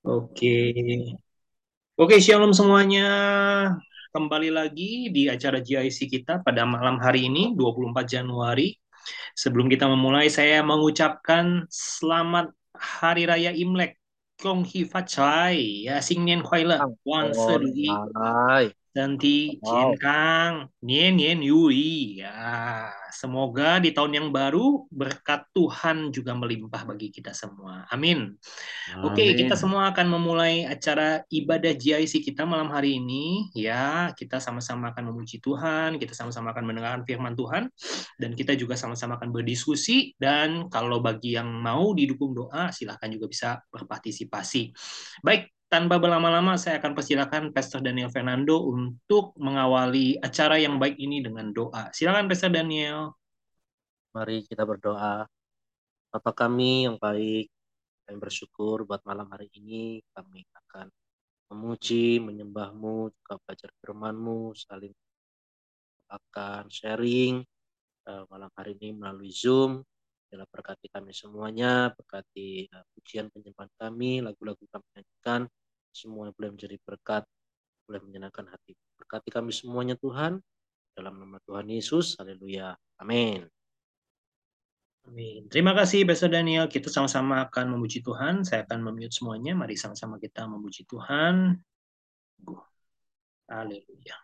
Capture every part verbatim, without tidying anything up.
Oke. Oke, shalom semuanya. Kembali lagi di acara G I C kita pada malam hari ini, dua puluh empat Januari. Sebelum kita memulai, saya mengucapkan selamat Hari Raya Imlek. Kong Hee Fat Chai. Ya, Sing Nian Kuai Le. Wan Se Oh, Lui. hai. Nanti Wow. Kang, Nien Nien Yui. Ya, semoga di tahun yang baru berkat Tuhan juga melimpah bagi kita semua. Amin. Oke, kita Amin. semua akan memulai acara ibadah G I C kita malam hari ini. Ya, kita sama-sama akan memuji Tuhan, kita sama-sama akan mendengarkan firman Tuhan, dan kita juga sama-sama akan berdiskusi. Dan kalau bagi yang mau didukung doa, silahkan juga bisa berpartisipasi. Baik, tanpa berlama-lama, saya akan persilakan Pastor Daniel Fernando untuk mengawali acara yang baik ini dengan doa. Silakan, Pastor Daniel. Mari kita berdoa. Bapa kami yang baik, kami bersyukur buat malam hari ini. Kami akan memuji, menyembah-Mu, juga belajar firman-Mu, saling akan sharing eh, malam hari ini melalui Zoom. Dalam berkati kami semuanya, berkati eh, pujian penyembahan kami, lagu-lagu kami nyanyikan, semua boleh menjadi berkat, boleh menyenangkan hati. Berkati kami semuanya Tuhan, dalam nama Tuhan Yesus, haleluya, amin. Amin. Terima kasih, Pastor Daniel. Kita sama-sama akan memuji Tuhan. Saya akan memute semuanya. Mari sama-sama kita memuji Tuhan. Haleluya.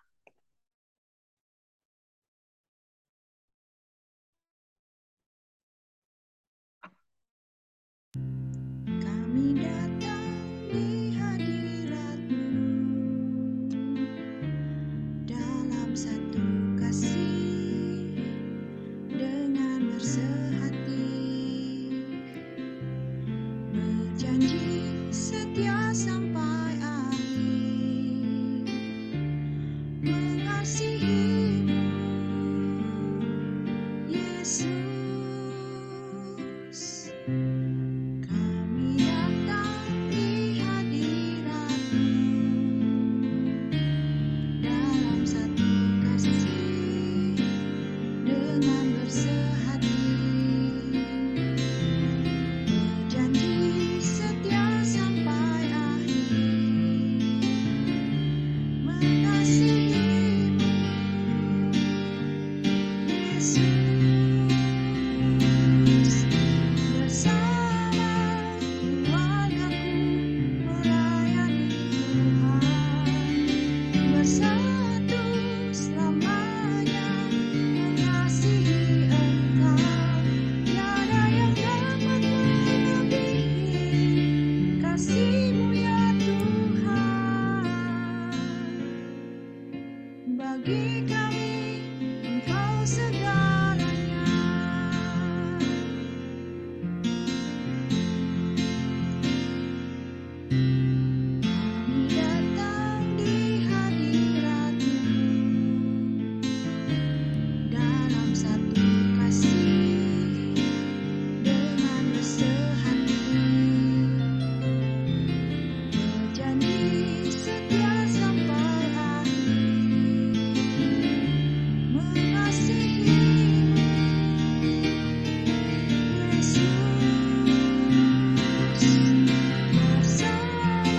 Kami datang di hadirat-Mu dalam satu kasih dengan bersehati, berjanji setia sampai akhir, mengasihi-Mu, Yesus. Kami datang di hadirat-Mu dalam satu kasih dengan bersehati, berjanji setia sampai akhir, mengasihi-Mu, Yesus. Bersama keluargaku melayani Tuhan, bersatu selamanya mengasihi Engkau. Tiada yang dapat melebihi kasih-Mu ya Tuhan. Bagi kami Engkau segalanya. Kami datang di hadirat-Mu dalam satu kasih dengan bersehati, berjanji setia sampai akhir, mengasihi-Mu, Yesus. Bersama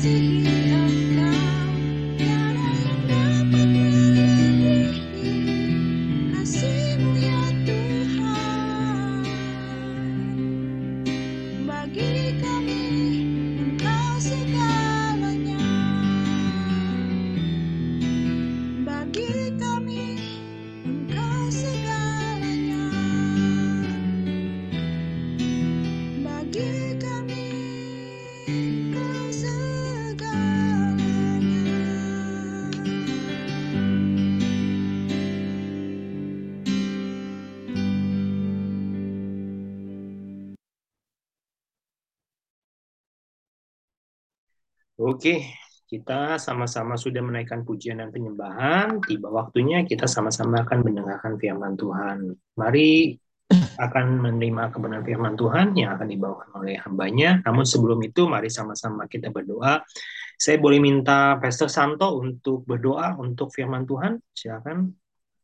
mengasihi Engkau, tiada yang dapat melebihi kasih-Mu ya Tuhan. Bagi kami Engkau segalanya, bagi kami Engkau segalanya, bagi kami Engkau segalanya. Oke, kita sama-sama sudah menaikkan pujian dan penyembahan. Tiba waktunya kita sama-sama akan mendengarkan firman Tuhan. Mari akan menerima kebenaran firman Tuhan yang akan dibawakan oleh hambanya. Namun sebelum itu, mari sama-sama kita berdoa. Saya boleh minta Pastor Santo untuk berdoa untuk firman Tuhan? Silakan.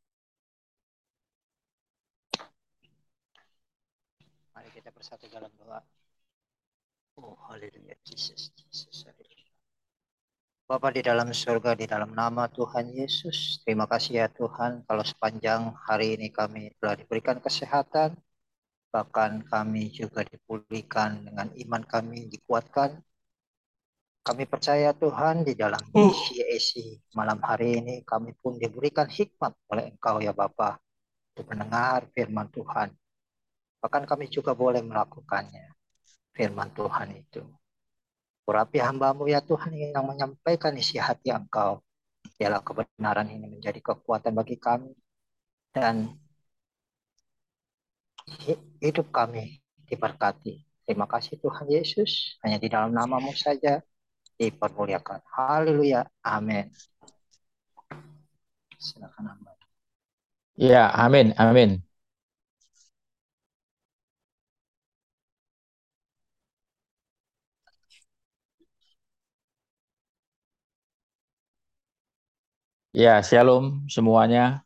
Mari kita bersatu dalam doa. Oh, haleluya, Jesus, Jesus, haleluya. Bapa di dalam surga, di dalam nama Tuhan Yesus, terima kasih ya Tuhan, kalau sepanjang hari ini kami telah diberikan kesehatan, bahkan kami juga dipulihkan dengan iman kami dikuatkan. Kami percaya Tuhan, di dalam isi isi malam hari ini kami pun diberikan hikmat oleh Engkau ya Bapa untuk mendengar firman Tuhan. Bahkan kami juga boleh melakukannya, firman Tuhan itu. Urapi hamba-Mu ya Tuhan yang menyampaikan isi hati Engkau. Biarlah kebenaran ini menjadi kekuatan bagi kami. Dan hidup kami diberkati. Terima kasih Tuhan Yesus. Hanya di dalam nama-Mu saja dipermuliakan. Haleluya. Amin. Silakan hamba. Ya, amin, amin. Ya, shalom semuanya.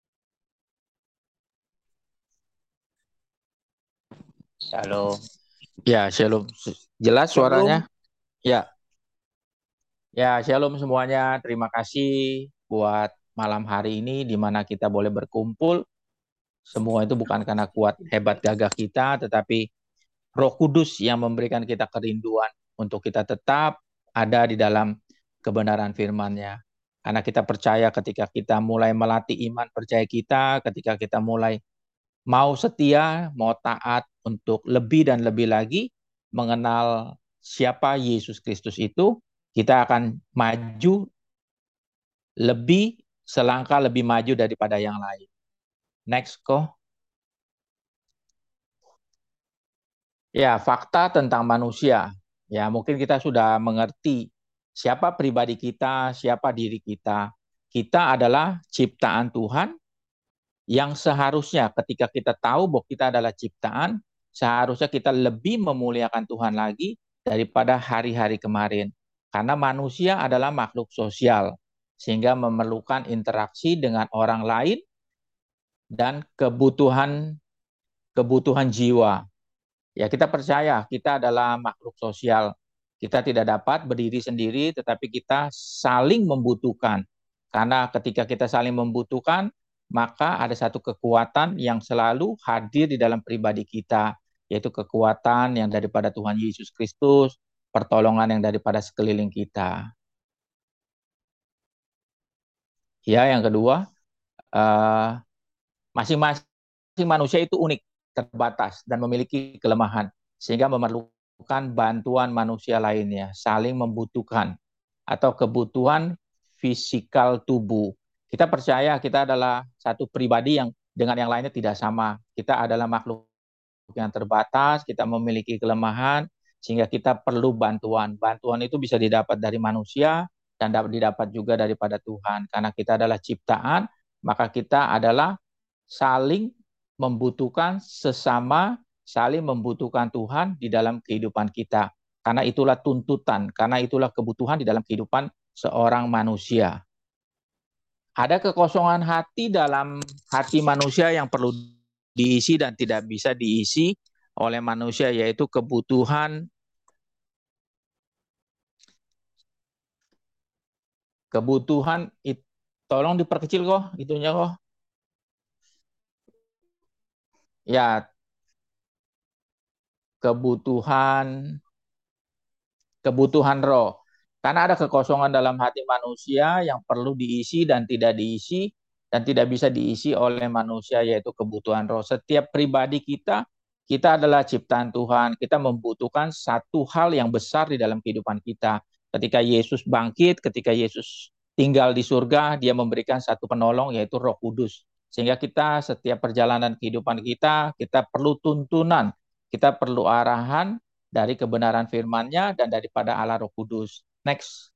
Shalom. Ya, shalom. Jelas suaranya? Ya. Ya, shalom semuanya. Terima kasih buat malam hari ini di mana kita boleh berkumpul. Semua itu bukan karena kuat hebat gagah kita, tetapi Roh Kudus yang memberikan kita kerinduan untuk kita tetap ada di dalam kebenaran firman-Nya. Karena kita percaya ketika kita mulai melatih iman percaya kita, ketika kita mulai mau setia, mau taat untuk lebih dan lebih lagi mengenal siapa Yesus Kristus itu, kita akan maju lebih selangkah lebih maju daripada yang lain. Next, kok. Ya, fakta tentang manusia. Ya, mungkin kita sudah mengerti siapa pribadi kita, siapa diri kita. Kita adalah ciptaan Tuhan yang seharusnya ketika kita tahu bahwa kita adalah ciptaan, seharusnya kita lebih memuliakan Tuhan lagi daripada hari-hari kemarin. Karena manusia adalah makhluk sosial, sehingga memerlukan interaksi dengan orang lain dan kebutuhan kebutuhan jiwa. Ya, kita percaya kita adalah makhluk sosial. Kita tidak dapat berdiri sendiri, tetapi kita saling membutuhkan. Karena ketika kita saling membutuhkan, maka ada satu kekuatan yang selalu hadir di dalam pribadi kita, yaitu kekuatan yang daripada Tuhan Yesus Kristus, pertolongan yang daripada sekeliling kita. Ya, yang kedua, masing-masing uh, manusia itu unik, terbatas, dan memiliki kelemahan, sehingga memerlukan bantuan manusia lainnya, saling membutuhkan, atau kebutuhan fisikal tubuh. Kita percaya kita adalah satu pribadi yang dengan yang lainnya tidak sama. Kita adalah makhluk yang terbatas, kita memiliki kelemahan, sehingga kita perlu bantuan. Bantuan itu bisa didapat dari manusia, dan dapat didapat juga daripada Tuhan. Karena kita adalah ciptaan, maka kita adalah saling membutuhkan sesama, saling membutuhkan Tuhan di dalam kehidupan kita. Karena itulah tuntutan, karena itulah kebutuhan di dalam kehidupan seorang manusia. Ada kekosongan hati dalam hati manusia yang perlu diisi dan tidak bisa diisi oleh manusia, yaitu kebutuhan Kebutuhan, it, tolong diperkecil kok, itunya kok. Ya, kebutuhan, kebutuhan roh. Karena ada kekosongan dalam hati manusia yang perlu diisi dan tidak diisi, dan tidak bisa diisi oleh manusia, yaitu kebutuhan roh. Setiap pribadi kita, kita adalah ciptaan Tuhan. Kita membutuhkan satu hal yang besar di dalam kehidupan kita. Ketika Yesus bangkit, ketika Yesus tinggal di surga, dia memberikan satu penolong, yaitu Roh Kudus. Sehingga kita setiap perjalanan kehidupan kita, kita perlu tuntunan, kita perlu arahan dari kebenaran firman-Nya dan daripada Allah Roh Kudus. Next.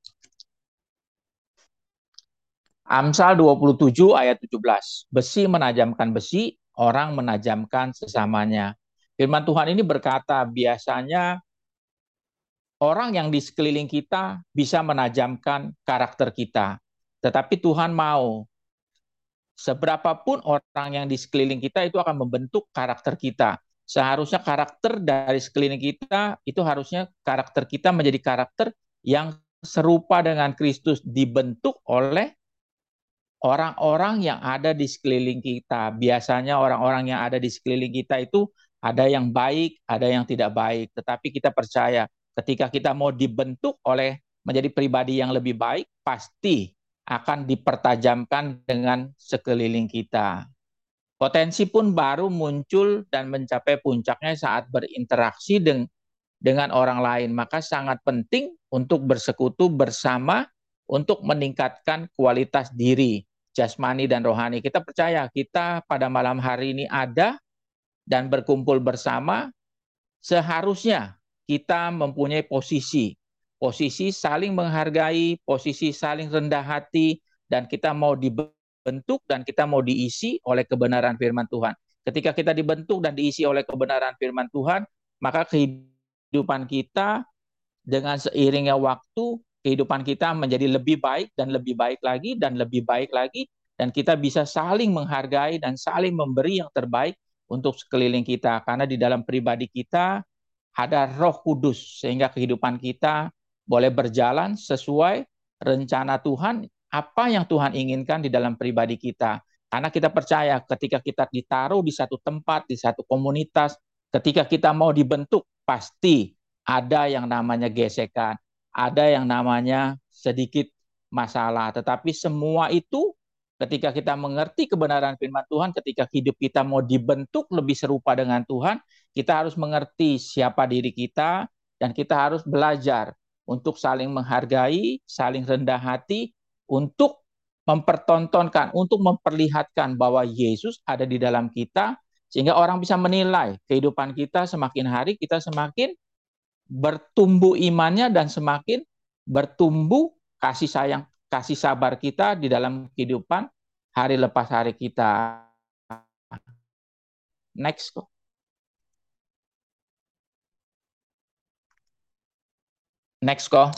Amsal dua puluh tujuh ayat tujuh belas. Besi menajamkan besi, orang menajamkan sesamanya. Firman Tuhan ini berkata, biasanya orang yang di sekeliling kita bisa menajamkan karakter kita. Tetapi Tuhan mau, seberapapun orang yang di sekeliling kita itu akan membentuk karakter kita. Seharusnya karakter dari sekeliling kita, itu harusnya karakter kita menjadi karakter yang serupa dengan Kristus, dibentuk oleh orang-orang yang ada di sekeliling kita. Biasanya orang-orang yang ada di sekeliling kita itu ada yang baik, ada yang tidak baik. Tetapi kita percaya ketika kita mau dibentuk oleh menjadi pribadi yang lebih baik, pasti akan dipertajamkan dengan sekeliling kita. Potensi pun baru muncul dan mencapai puncaknya saat berinteraksi dengan dengan orang lain. Maka sangat penting untuk bersekutu bersama untuk meningkatkan kualitas diri, jasmani dan rohani. Kita percaya kita pada malam hari ini ada dan berkumpul bersama, seharusnya kita mempunyai posisi, posisi saling menghargai, posisi saling rendah hati, dan kita mau dibentuk dan kita mau diisi oleh kebenaran firman Tuhan. Ketika kita dibentuk dan diisi oleh kebenaran firman Tuhan, maka kehidupan kehidupan kita dengan seiringnya waktu, kehidupan kita menjadi lebih baik dan lebih baik lagi dan lebih baik lagi, dan kita bisa saling menghargai dan saling memberi yang terbaik untuk sekeliling kita. Karena di dalam pribadi kita ada Roh Kudus, sehingga kehidupan kita boleh berjalan sesuai rencana Tuhan, apa yang Tuhan inginkan di dalam pribadi kita. Karena kita percaya ketika kita ditaruh di satu tempat, di satu komunitas, ketika kita mau dibentuk, pasti ada yang namanya gesekan, ada yang namanya sedikit masalah. Tetapi semua itu ketika kita mengerti kebenaran firman Tuhan, ketika hidup kita mau dibentuk lebih serupa dengan Tuhan, kita harus mengerti siapa diri kita, dan kita harus belajar untuk saling menghargai, saling rendah hati, untuk mempertontonkan, untuk memperlihatkan bahwa Yesus ada di dalam kita, sehingga orang bisa menilai kehidupan kita semakin hari kita semakin bertumbuh imannya dan semakin bertumbuh kasih sayang, kasih sabar kita di dalam kehidupan hari lepas hari kita. Next kok. Next kok.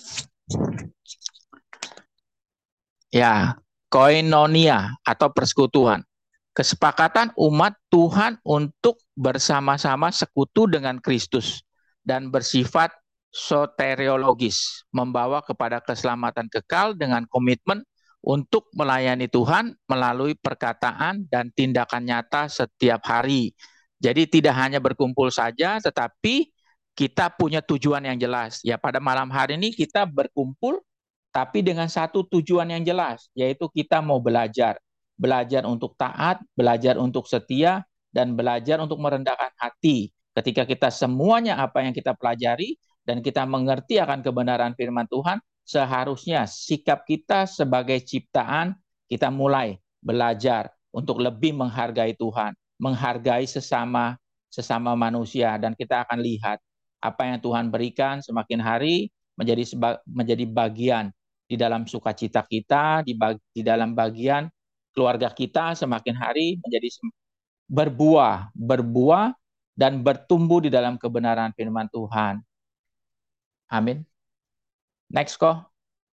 Ya, koinonia atau persekutuan. Kesepakatan umat Tuhan untuk bersama-sama sekutu dengan Kristus dan bersifat soteriologis, membawa kepada keselamatan kekal dengan komitmen untuk melayani Tuhan melalui perkataan dan tindakan nyata setiap hari. Jadi tidak hanya berkumpul saja, tetapi kita punya tujuan yang jelas. Ya, pada malam hari ini kita berkumpul, tapi dengan satu tujuan yang jelas, yaitu kita mau belajar. Belajar untuk taat, belajar untuk setia, dan belajar untuk merendahkan hati. Ketika kita semuanya apa yang kita pelajari, dan kita mengerti akan kebenaran firman Tuhan, seharusnya sikap kita sebagai ciptaan, kita mulai belajar untuk lebih menghargai Tuhan, menghargai sesama sesama manusia, dan kita akan lihat apa yang Tuhan berikan semakin hari menjadi menjadi bagian di dalam sukacita kita, di, bag, di dalam bagian keluarga kita semakin hari menjadi berbuah, berbuah dan bertumbuh di dalam kebenaran firman Tuhan. Amin. Next kok.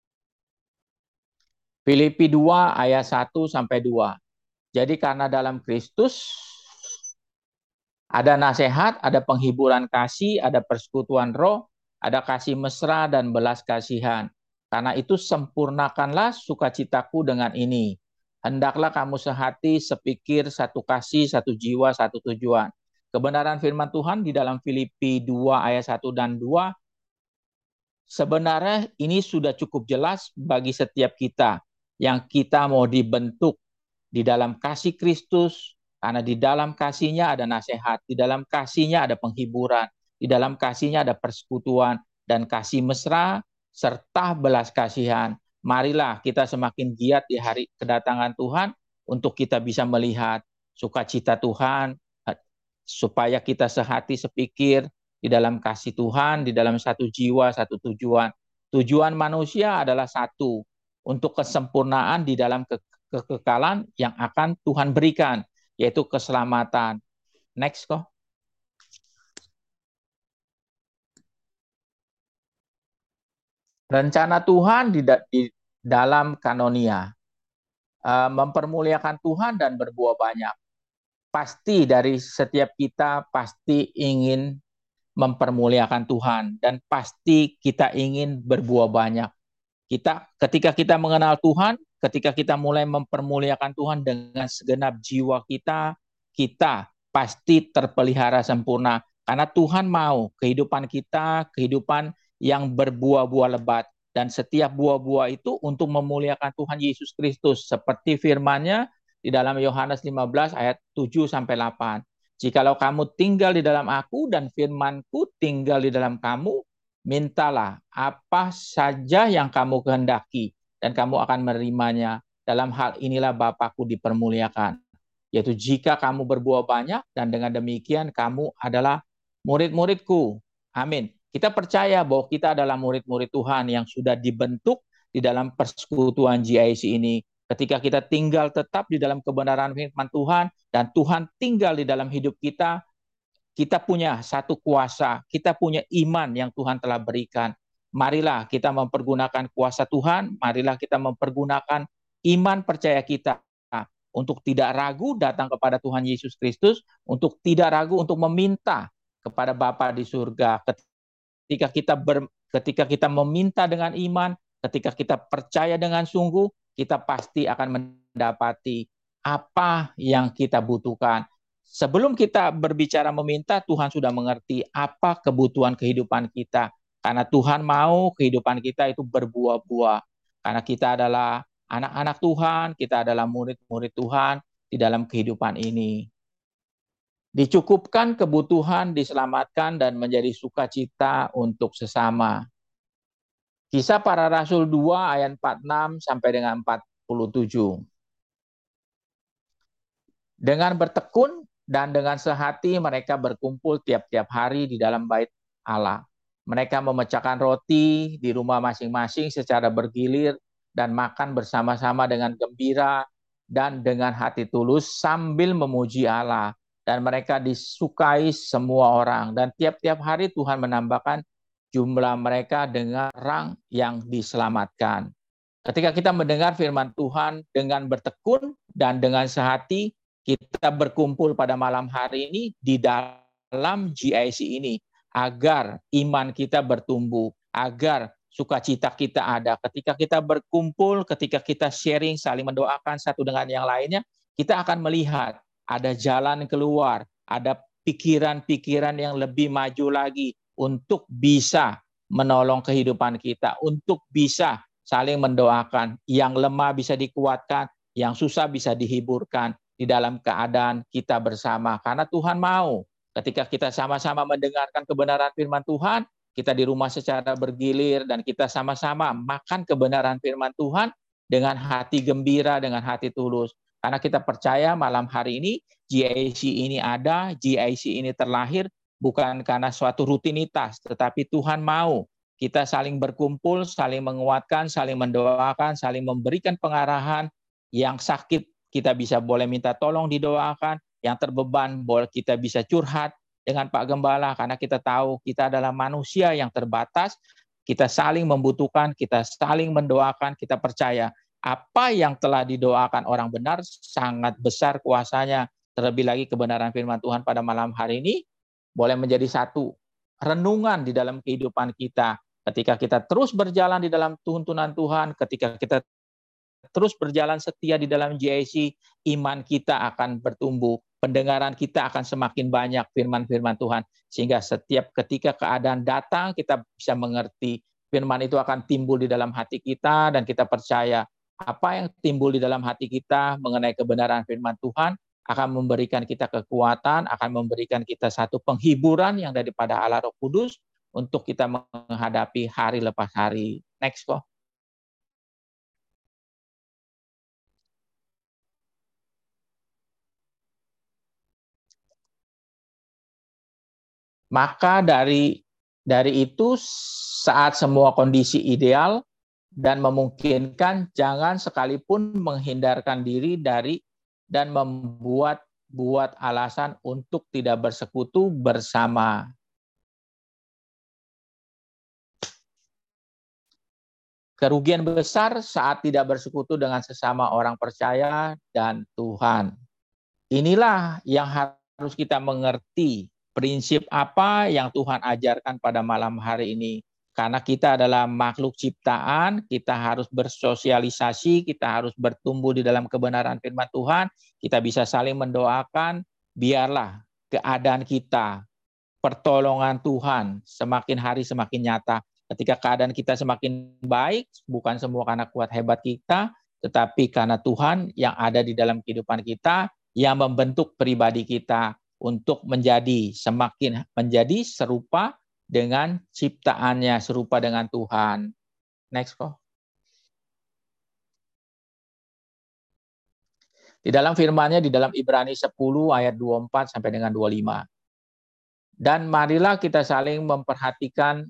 Filipi dua ayat satu sampai dua. Jadi karena dalam Kristus ada nasihat, ada penghiburan kasih, ada persekutuan roh, ada kasih mesra dan belas kasihan. Karena itu sempurnakanlah sukacitaku dengan ini. Hendaklah kamu sehati, sepikir, satu kasih, satu jiwa, satu tujuan. Kebenaran firman Tuhan di dalam Filipi dua ayat satu dan dua, sebenarnya ini sudah cukup jelas bagi setiap kita yang kita mau dibentuk di dalam kasih Kristus, karena di dalam kasihnya ada nasihat, di dalam kasihnya ada penghiburan, di dalam kasihnya ada persekutuan, dan kasih mesra, serta belas kasihan. Marilah kita semakin giat di hari kedatangan Tuhan untuk kita bisa melihat sukacita Tuhan, supaya kita sehati sepikir di dalam kasih Tuhan, di dalam satu jiwa, satu tujuan. Tujuan manusia adalah satu, untuk kesempurnaan di dalam ke kekekalan yang akan Tuhan berikan, yaitu keselamatan. Next kok. Rencana Tuhan di, da di dalam kanonia, uh, mempermuliakan Tuhan dan berbuah banyak. Pasti dari setiap kita pasti ingin mempermuliakan Tuhan, dan pasti kita ingin berbuah banyak. Kita, ketika kita mengenal Tuhan, ketika kita mulai mempermuliakan Tuhan dengan segenap jiwa kita, kita pasti terpelihara sempurna. Karena Tuhan mau kehidupan kita, kehidupan yang berbuah-buah lebat. Dan setiap buah-buah itu untuk memuliakan Tuhan Yesus Kristus. Seperti firman-Nya di dalam Yohanes lima belas ayat tujuh sampai delapan. Jikalau kamu tinggal di dalam aku dan firman-Ku tinggal di dalam kamu, mintalah apa saja yang kamu kehendaki dan kamu akan menerimanya. Dalam hal inilah Bapa-Ku dipermuliakan, yaitu jika kamu berbuah banyak, dan dengan demikian kamu adalah murid-murid-Ku. Amin. Kita percaya bahwa kita adalah murid-murid Tuhan yang sudah dibentuk di dalam persekutuan G I C ini. Ketika kita tinggal tetap di dalam kebenaran firman Tuhan, dan Tuhan tinggal di dalam hidup kita, kita punya satu kuasa, kita punya iman yang Tuhan telah berikan. Marilah kita mempergunakan kuasa Tuhan, marilah kita mempergunakan iman percaya kita untuk tidak ragu datang kepada Tuhan Yesus Kristus, untuk tidak ragu untuk meminta kepada Bapa di surga. Ketika kita ber, ketika kita meminta dengan iman, ketika kita percaya dengan sungguh, kita pasti akan mendapati apa yang kita butuhkan. Sebelum kita berbicara meminta, Tuhan sudah mengerti apa kebutuhan kehidupan kita. Karena Tuhan mau kehidupan kita itu berbuah-buah. Karena kita adalah anak-anak Tuhan, kita adalah murid-murid Tuhan di dalam kehidupan ini. Dicukupkan kebutuhan, diselamatkan, dan menjadi sukacita untuk sesama. Kisah Para Rasul dua ayat empat puluh enam sampai dengan empat puluh tujuh. Dengan bertekun dan dengan sehati mereka berkumpul tiap-tiap hari di dalam bait Allah. Mereka memecahkan roti di rumah masing-masing secara bergilir dan makan bersama-sama dengan gembira dan dengan hati tulus sambil memuji Allah. Dan mereka disukai semua orang. Dan tiap-tiap hari Tuhan menambahkan jumlah mereka dengan orang yang diselamatkan. Ketika kita mendengar firman Tuhan dengan bertekun dan dengan sehati, kita berkumpul pada malam hari ini di dalam G I C ini agar iman kita bertumbuh, agar sukacita kita ada. Ketika kita berkumpul, ketika kita sharing, saling mendoakan satu dengan yang lainnya, kita akan melihat ada jalan keluar, ada pikiran-pikiran yang lebih maju lagi untuk bisa menolong kehidupan kita, untuk bisa saling mendoakan, yang lemah bisa dikuatkan, yang susah bisa dihiburkan di dalam keadaan kita bersama. Karena Tuhan mau ketika kita sama-sama mendengarkan kebenaran firman Tuhan, kita di rumah secara bergilir dan kita sama-sama makan kebenaran firman Tuhan dengan hati gembira, dengan hati tulus. Karena kita percaya malam hari ini G I C ini ada, G I C ini terlahir bukan karena suatu rutinitas, tetapi Tuhan mau kita saling berkumpul, saling menguatkan, saling mendoakan, saling memberikan pengarahan. Yang sakit kita bisa boleh minta tolong didoakan, yang terbeban boleh kita bisa curhat dengan Pak Gembala, karena kita tahu kita adalah manusia yang terbatas, kita saling membutuhkan, kita saling mendoakan, kita percaya apa yang telah didoakan orang benar sangat besar kuasanya. Terlebih lagi kebenaran firman Tuhan pada malam hari ini boleh menjadi satu renungan di dalam kehidupan kita, Ketika kita terus berjalan di dalam tuntunan Tuhan, ketika kita terus berjalan setia di dalam J I C, iman kita akan bertumbuh, pendengaran kita akan semakin banyak firman-firman Tuhan, sehingga setiap ketika keadaan datang, kita bisa mengerti firman itu akan timbul di dalam hati kita, dan kita percaya apa yang timbul di dalam hati kita mengenai kebenaran firman Tuhan akan memberikan kita kekuatan, akan memberikan kita satu penghiburan yang daripada Allah Roh Kudus untuk kita menghadapi hari lepas hari. Next, kok. Maka dari dari itu, saat semua kondisi ideal dan memungkinkan, jangan sekalipun menghindarkan diri dari dan membuat buat alasan untuk tidak bersekutu bersama. Kerugian besar saat tidak bersekutu dengan sesama orang percaya dan Tuhan. Inilah yang harus kita mengerti. Prinsip apa yang Tuhan ajarkan pada malam hari ini? Karena kita adalah makhluk ciptaan, kita harus bersosialisasi, kita harus bertumbuh di dalam kebenaran firman Tuhan, kita bisa saling mendoakan, biarlah keadaan kita, pertolongan Tuhan semakin hari semakin nyata. Ketika keadaan kita semakin baik, bukan semua karena kuat hebat kita, tetapi karena Tuhan yang ada di dalam kehidupan kita, yang membentuk pribadi kita, untuk menjadi semakin menjadi serupa dengan ciptaannya, serupa dengan Tuhan. Next, kok. Di dalam firman-Nya di dalam Ibrani sepuluh ayat dua puluh empat sampai dengan dua puluh lima. Dan marilah kita saling memperhatikan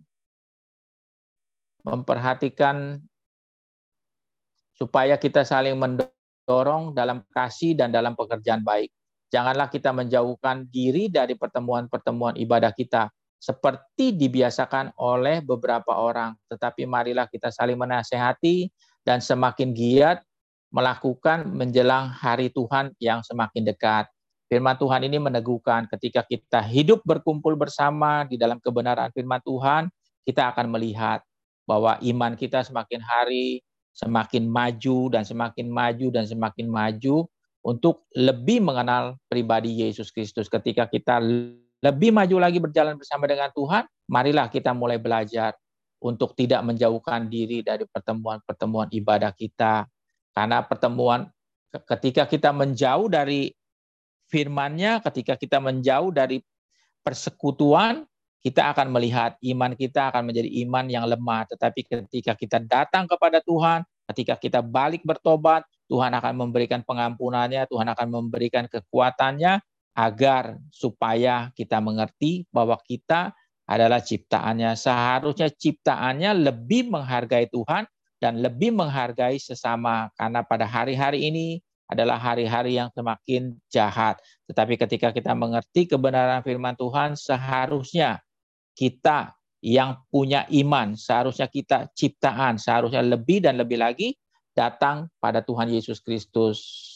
memperhatikan supaya kita saling mendorong dalam kasih dan dalam pekerjaan baik. Janganlah kita menjauhkan diri dari pertemuan-pertemuan ibadah kita, seperti dibiasakan oleh beberapa orang. Tetapi marilah kita saling menasehati dan semakin giat melakukan menjelang hari Tuhan yang semakin dekat. Firman Tuhan ini meneguhkan ketika kita hidup berkumpul bersama di dalam kebenaran firman Tuhan, kita akan melihat bahwa iman kita semakin hari semakin maju dan semakin maju dan semakin maju, untuk lebih mengenal pribadi Yesus Kristus. Ketika kita lebih maju lagi berjalan bersama dengan Tuhan, marilah kita mulai belajar untuk tidak menjauhkan diri dari pertemuan-pertemuan ibadah kita. Karena pertemuan, ketika kita menjauh dari firman-Nya, ketika kita menjauh dari persekutuan, kita akan melihat iman kita akan menjadi iman yang lemah. Tetapi ketika kita datang kepada Tuhan, ketika kita balik bertobat, Tuhan akan memberikan pengampunannya, Tuhan akan memberikan kekuatannya, agar supaya kita mengerti bahwa kita adalah ciptaannya. Seharusnya ciptaannya lebih menghargai Tuhan dan lebih menghargai sesama. Karena pada hari-hari ini adalah hari-hari yang semakin jahat. Tetapi ketika kita mengerti kebenaran firman Tuhan, seharusnya kita yang punya iman, seharusnya kita ciptaan, seharusnya lebih dan lebih lagi datang pada Tuhan Yesus Kristus.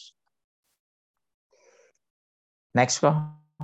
Next, kok.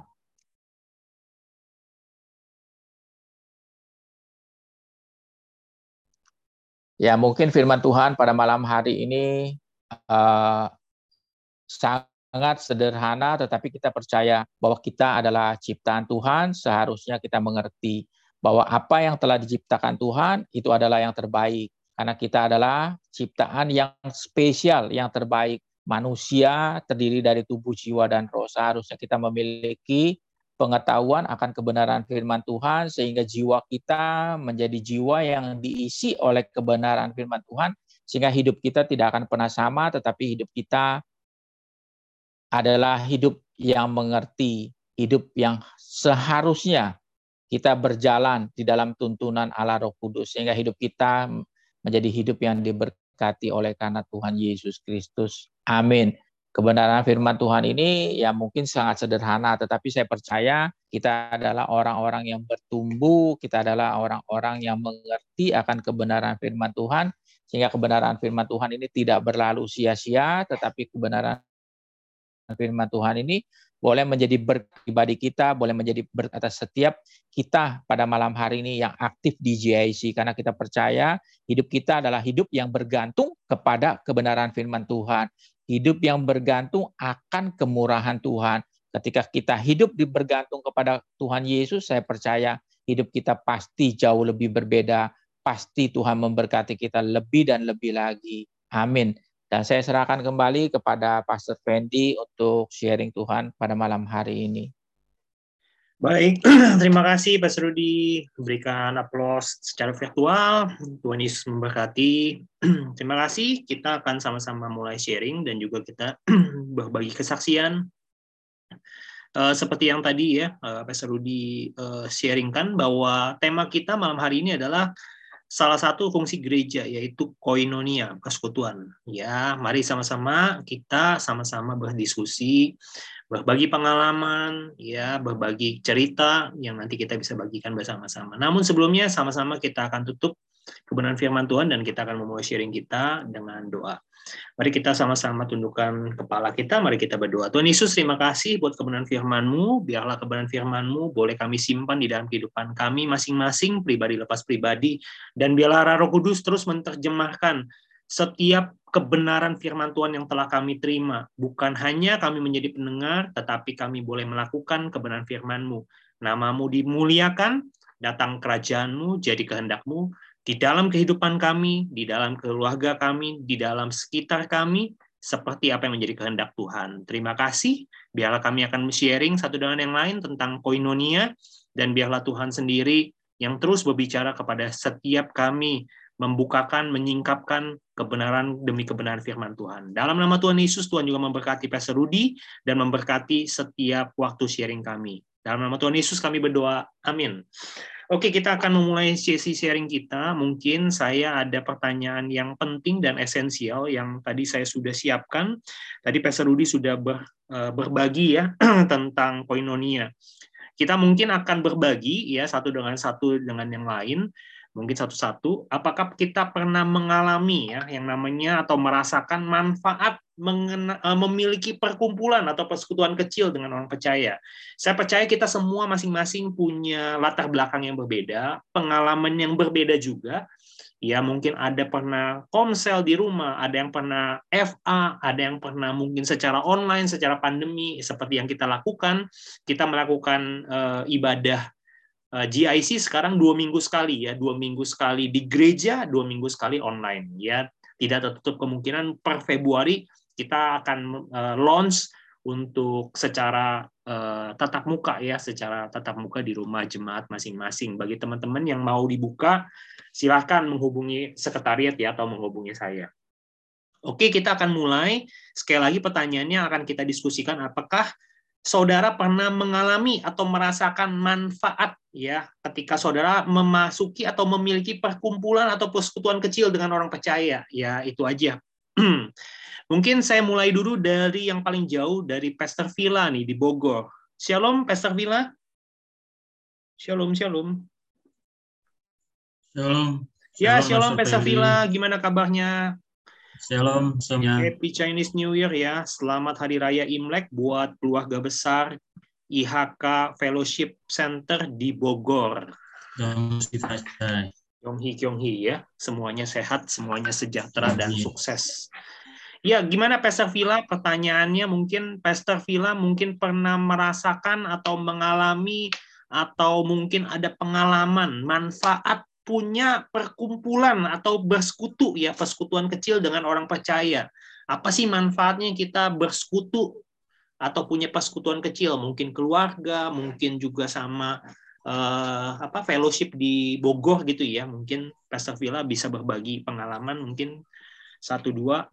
Ya, mungkin firman Tuhan pada malam hari ini uh, sangat sederhana, tetapi kita percaya bahwa kita adalah ciptaan Tuhan. Seharusnya kita mengerti bahwa apa yang telah diciptakan Tuhan itu adalah yang terbaik. Karena kita adalah ciptaan yang spesial, yang terbaik. Manusia terdiri dari tubuh, jiwa, dan roh. Seharusnya kita memiliki pengetahuan akan kebenaran firman Tuhan, sehingga jiwa kita menjadi jiwa yang diisi oleh kebenaran firman Tuhan, sehingga hidup kita tidak akan pernah sama, tetapi hidup kita adalah hidup yang mengerti, hidup yang seharusnya kita berjalan di dalam tuntunan Allah Roh Kudus, sehingga hidup kita menjadi hidup yang diberkati oleh karena Tuhan Yesus Kristus. Amin. Kebenaran firman Tuhan ini ya mungkin sangat sederhana, tetapi saya percaya kita adalah orang-orang yang bertumbuh, kita adalah orang-orang yang mengerti akan kebenaran firman Tuhan, sehingga kebenaran firman Tuhan ini tidak berlalu sia-sia, tetapi kebenaran firman Tuhan ini boleh menjadi berkat pribadi kita, boleh menjadi berkat atas setiap kita pada malam hari ini yang aktif di J I C, karena kita percaya hidup kita adalah hidup yang bergantung kepada kebenaran firman Tuhan, hidup yang bergantung akan kemurahan Tuhan. Ketika kita hidup di bergantung kepada Tuhan Yesus, saya percaya hidup kita pasti jauh lebih berbeda, pasti Tuhan memberkati kita lebih dan lebih lagi. Amin. Dan saya serahkan kembali kepada Pastor Fendi untuk sharing Tuhan pada malam hari ini. Baik, terima kasih Pastor Rudi. Berikan aplaus secara virtual. Tuhan Yesus memberkati. Terima kasih. Kita akan sama-sama mulai sharing dan juga kita berbagi kesaksian. Uh, seperti yang tadi ya, uh, Pastor Rudi uh, sharingkan bahwa tema kita malam hari ini adalah salah satu fungsi gereja, yaitu koinonia, persekutuan. Ya, mari sama-sama kita sama-sama berdiskusi, berbagi pengalaman, ya, berbagi cerita yang nanti kita bisa bagikan bersama-sama. Namun sebelumnya sama-sama kita akan tutup kebenaran firman Tuhan dan kita akan memulai sharing kita dengan doa. Mari kita sama-sama tundukkan kepala kita, mari kita berdoa. Tuhan Yesus, terima kasih buat kebenaran firman-Mu. Biarlah kebenaran firman-Mu boleh kami simpan di dalam kehidupan kami masing-masing, pribadi lepas pribadi, dan biarlah Roh Kudus terus menerjemahkan setiap kebenaran firman Tuhan yang telah kami terima. Bukan hanya kami menjadi pendengar, tetapi kami boleh melakukan kebenaran firman-Mu. Nama-Mu dimuliakan, datang kerajaan-Mu, jadi kehendak-Mu, di dalam kehidupan kami, di dalam keluarga kami, di dalam sekitar kami, seperti apa yang menjadi kehendak Tuhan. Terima kasih, biarlah kami akan sharing satu dengan yang lain tentang koinonia, dan biarlah Tuhan sendiri yang terus berbicara kepada setiap kami, membukakan, menyingkapkan kebenaran demi kebenaran firman Tuhan. Dalam nama Tuhan Yesus, Tuhan juga memberkati Pastor Rudi, dan memberkati setiap waktu sharing kami. Dalam nama Tuhan Yesus kami berdoa, amin. Oke, kita akan memulai sesi sharing kita. Mungkin saya ada pertanyaan yang penting dan esensial yang tadi saya sudah siapkan. Tadi Pastor Rudi sudah ber, berbagi ya tentang koinonia. Kita mungkin akan berbagi ya satu dengan satu dengan yang lain, mungkin satu-satu. Apakah kita pernah mengalami ya yang namanya atau merasakan manfaat mengena, memiliki perkumpulan atau persekutuan kecil dengan orang percaya? Saya percaya kita semua masing-masing punya latar belakang yang berbeda, pengalaman yang berbeda juga. Ya, mungkin ada pernah komsel di rumah, ada yang pernah F A, ada yang pernah mungkin secara online, secara pandemi, seperti yang kita lakukan. Kita melakukan uh, ibadah uh, J I C sekarang dua minggu sekali, ya, dua minggu sekali di gereja, dua minggu sekali online. Ya, tidak tertutup kemungkinan per Februari kita akan uh, launch untuk secara uh, tatap muka, ya, secara tatap muka di rumah jemaat masing-masing. Bagi teman-teman yang mau dibuka, silahkan menghubungi sekretariat ya atau menghubungi saya. Oke, kita akan mulai. Sekali lagi pertanyaannya akan kita diskusikan, apakah saudara pernah mengalami atau merasakan manfaat ya ketika saudara memasuki atau memiliki perkumpulan atau persekutuan kecil dengan orang percaya? Ya, itu aja. Mungkin saya mulai dulu dari yang paling jauh, dari Pastor Villa nih di Bogor. Shalom Pastor Villa. Shalom, shalom. Shalom. Ya, shalom Pastor Villa, gimana kabarnya? Shalom semuanya. Happy Chinese New Year ya. Selamat Hari Raya Imlek buat keluarga besar I H K Fellowship Center di Bogor. Kyonghi Kyonghi ya. Semuanya sehat, semuanya sejahtera dan sukses. Ya, gimana Pastor Villa? Pertanyaannya mungkin Pastor Villa mungkin pernah merasakan atau mengalami atau mungkin ada pengalaman manfaat punya perkumpulan atau bersekutu ya, persekutuan kecil dengan orang percaya. Apa sih manfaatnya kita bersekutu atau punya persekutuan kecil? Mungkin keluarga, mungkin juga sama eh, apa fellowship di Bogor gitu ya. Mungkin Pastor Villa bisa berbagi pengalaman mungkin satu dua.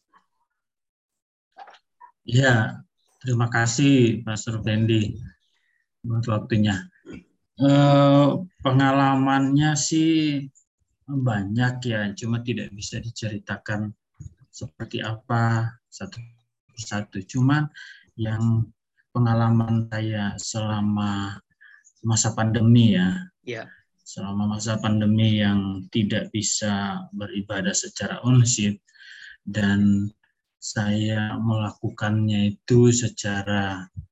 Ya, terima kasih Pastor Fendi buat waktunya. Eh, pengalamannya sih banyak ya, cuma tidak bisa diceritakan seperti apa satu persatu. Cuman yang pengalaman saya selama masa pandemi ya, ya, selama masa pandemi yang tidak bisa beribadah secara onsite dan saya melakukannya itu secara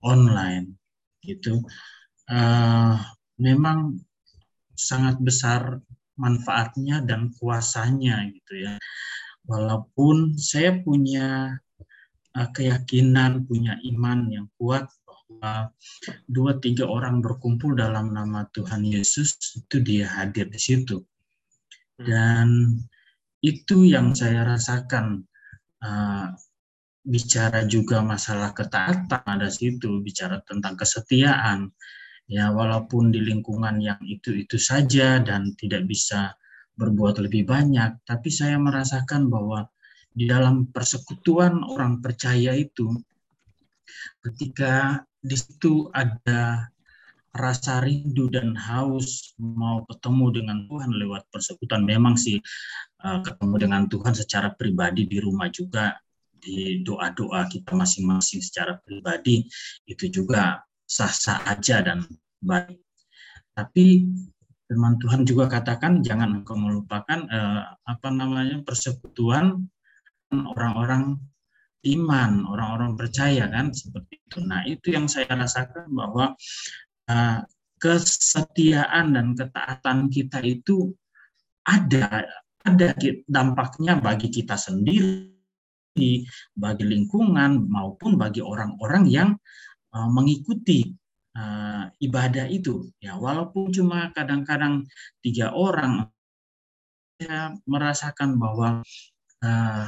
online gitu, uh, memang sangat besar manfaatnya dan kuasanya gitu ya. Walaupun saya punya uh, keyakinan, punya iman yang kuat bahwa dua tiga orang berkumpul dalam nama Tuhan Yesus, itu Dia hadir di situ. Dan itu yang saya rasakan. Uh, bicara juga masalah ketaatan ada situ, bicara tentang kesetiaan. Ya, walaupun di lingkungan yang itu-itu saja dan tidak bisa berbuat lebih banyak, tapi saya merasakan bahwa di dalam persekutuan orang percaya itu, ketika di situ ada rasa rindu dan haus mau ketemu dengan Tuhan lewat persekutuan, memang sih uh, ketemu dengan Tuhan secara pribadi di rumah juga, di doa-doa kita masing-masing secara pribadi, itu juga sah-sah aja dan baik. Tapi firman Tuhan juga katakan jangan engkau melupakan eh, apa namanya persekutuan orang-orang iman, orang-orang percaya kan, seperti itu. Nah, itu yang saya rasakan bahwa eh, kesetiaan dan ketaatan kita itu ada ada dampaknya bagi kita sendiri, bagi lingkungan maupun bagi orang-orang yang uh, mengikuti uh, ibadah itu. Ya, walaupun cuma kadang-kadang tiga orang, saya merasakan bahwa uh,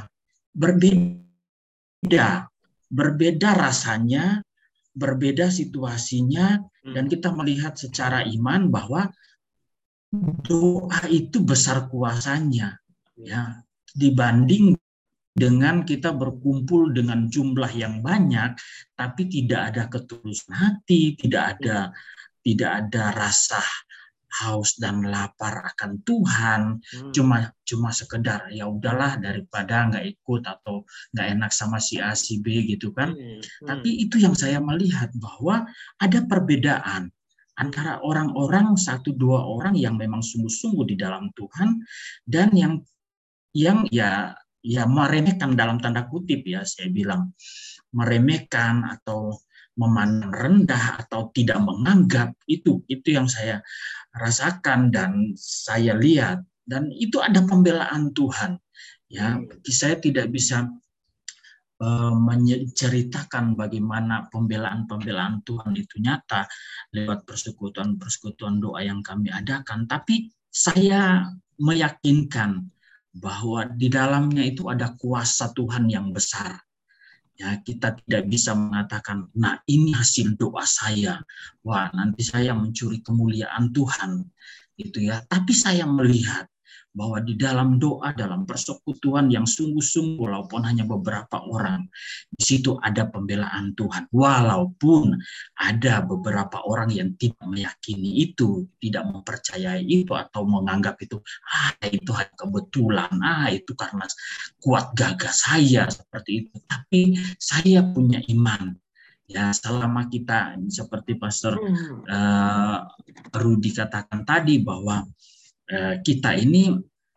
berbeda, berbeda rasanya, berbeda situasinya, dan kita melihat secara iman bahwa doa itu besar kuasanya, ya, dibanding dengan kita berkumpul dengan jumlah yang banyak, tapi tidak ada ketulusan hati, tidak ada tidak ada rasa haus dan lapar akan Tuhan, hmm. cuma cuma sekedar ya udahlah daripada nggak ikut atau nggak enak sama si A si B gitu kan. Hmm. Hmm. Tapi itu yang saya melihat bahwa ada perbedaan antara orang-orang satu dua orang yang memang sungguh-sungguh di dalam Tuhan dan yang yang ya ya meremehkan dalam tanda kutip ya, saya bilang meremehkan atau memandang rendah atau tidak menganggap, itu itu yang saya rasakan dan saya lihat, dan itu ada pembelaan Tuhan ya. Saya tidak bisa uh, menceritakan bagaimana pembelaan-pembelaan Tuhan itu nyata lewat persekutuan-persekutuan doa yang kami adakan, tapi saya meyakinkan bahwa di dalamnya itu ada kuasa Tuhan yang besar. Ya, kita tidak bisa mengatakan, nah ini hasil doa saya, wah nanti saya mencuri kemuliaan Tuhan, gitu ya. Tapi saya melihat bahwa di dalam doa, dalam persekutuan yang sungguh-sungguh, walaupun hanya beberapa orang, di situ ada pembelaan Tuhan. Walaupun ada beberapa orang yang tidak meyakini itu, tidak mempercayai itu, atau menganggap itu, ah itu hanya kebetulan, ah itu karena kuat gagah saya, seperti itu. Tapi saya punya iman. Ya, selama kita, seperti Pastor uh, Rudi katakan tadi, bahwa kita ini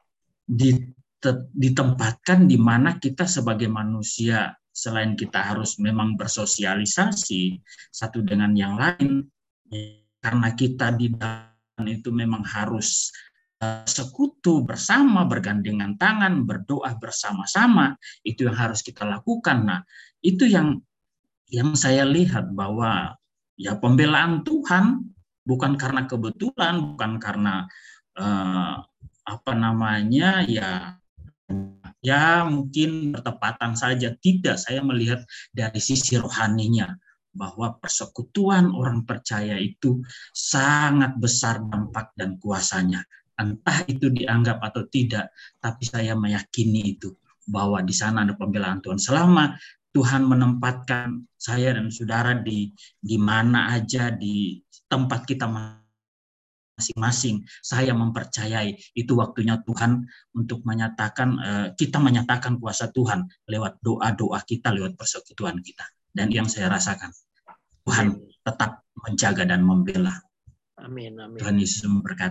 ditempatkan di mana kita sebagai manusia, selain kita harus memang bersosialisasi satu dengan yang lain, karena kita di dalam itu memang harus sekutu bersama, bergandengan tangan, berdoa bersama-sama, itu yang harus kita lakukan. Nah, itu yang yang saya lihat bahwa ya pembelaan Tuhan bukan karena kebetulan, bukan karena Uh, apa namanya ya ya mungkin bertepatan saja, tidak. Saya melihat dari sisi rohaninya bahwa persekutuan orang percaya itu sangat besar dampak dan kuasanya, entah itu dianggap atau tidak, tapi saya meyakini itu bahwa di sana ada pembelaan Tuhan. Selama Tuhan menempatkan saya dan saudara di di mana aja di tempat kita masing-masing, saya mempercayai itu waktunya Tuhan untuk menyatakan, uh, kita menyatakan kuasa Tuhan lewat doa-doa kita, lewat persekutuan kita. Dan yang saya rasakan, Tuhan tetap menjaga dan membela. Amin, amin. Tuhan Yesus memberkati.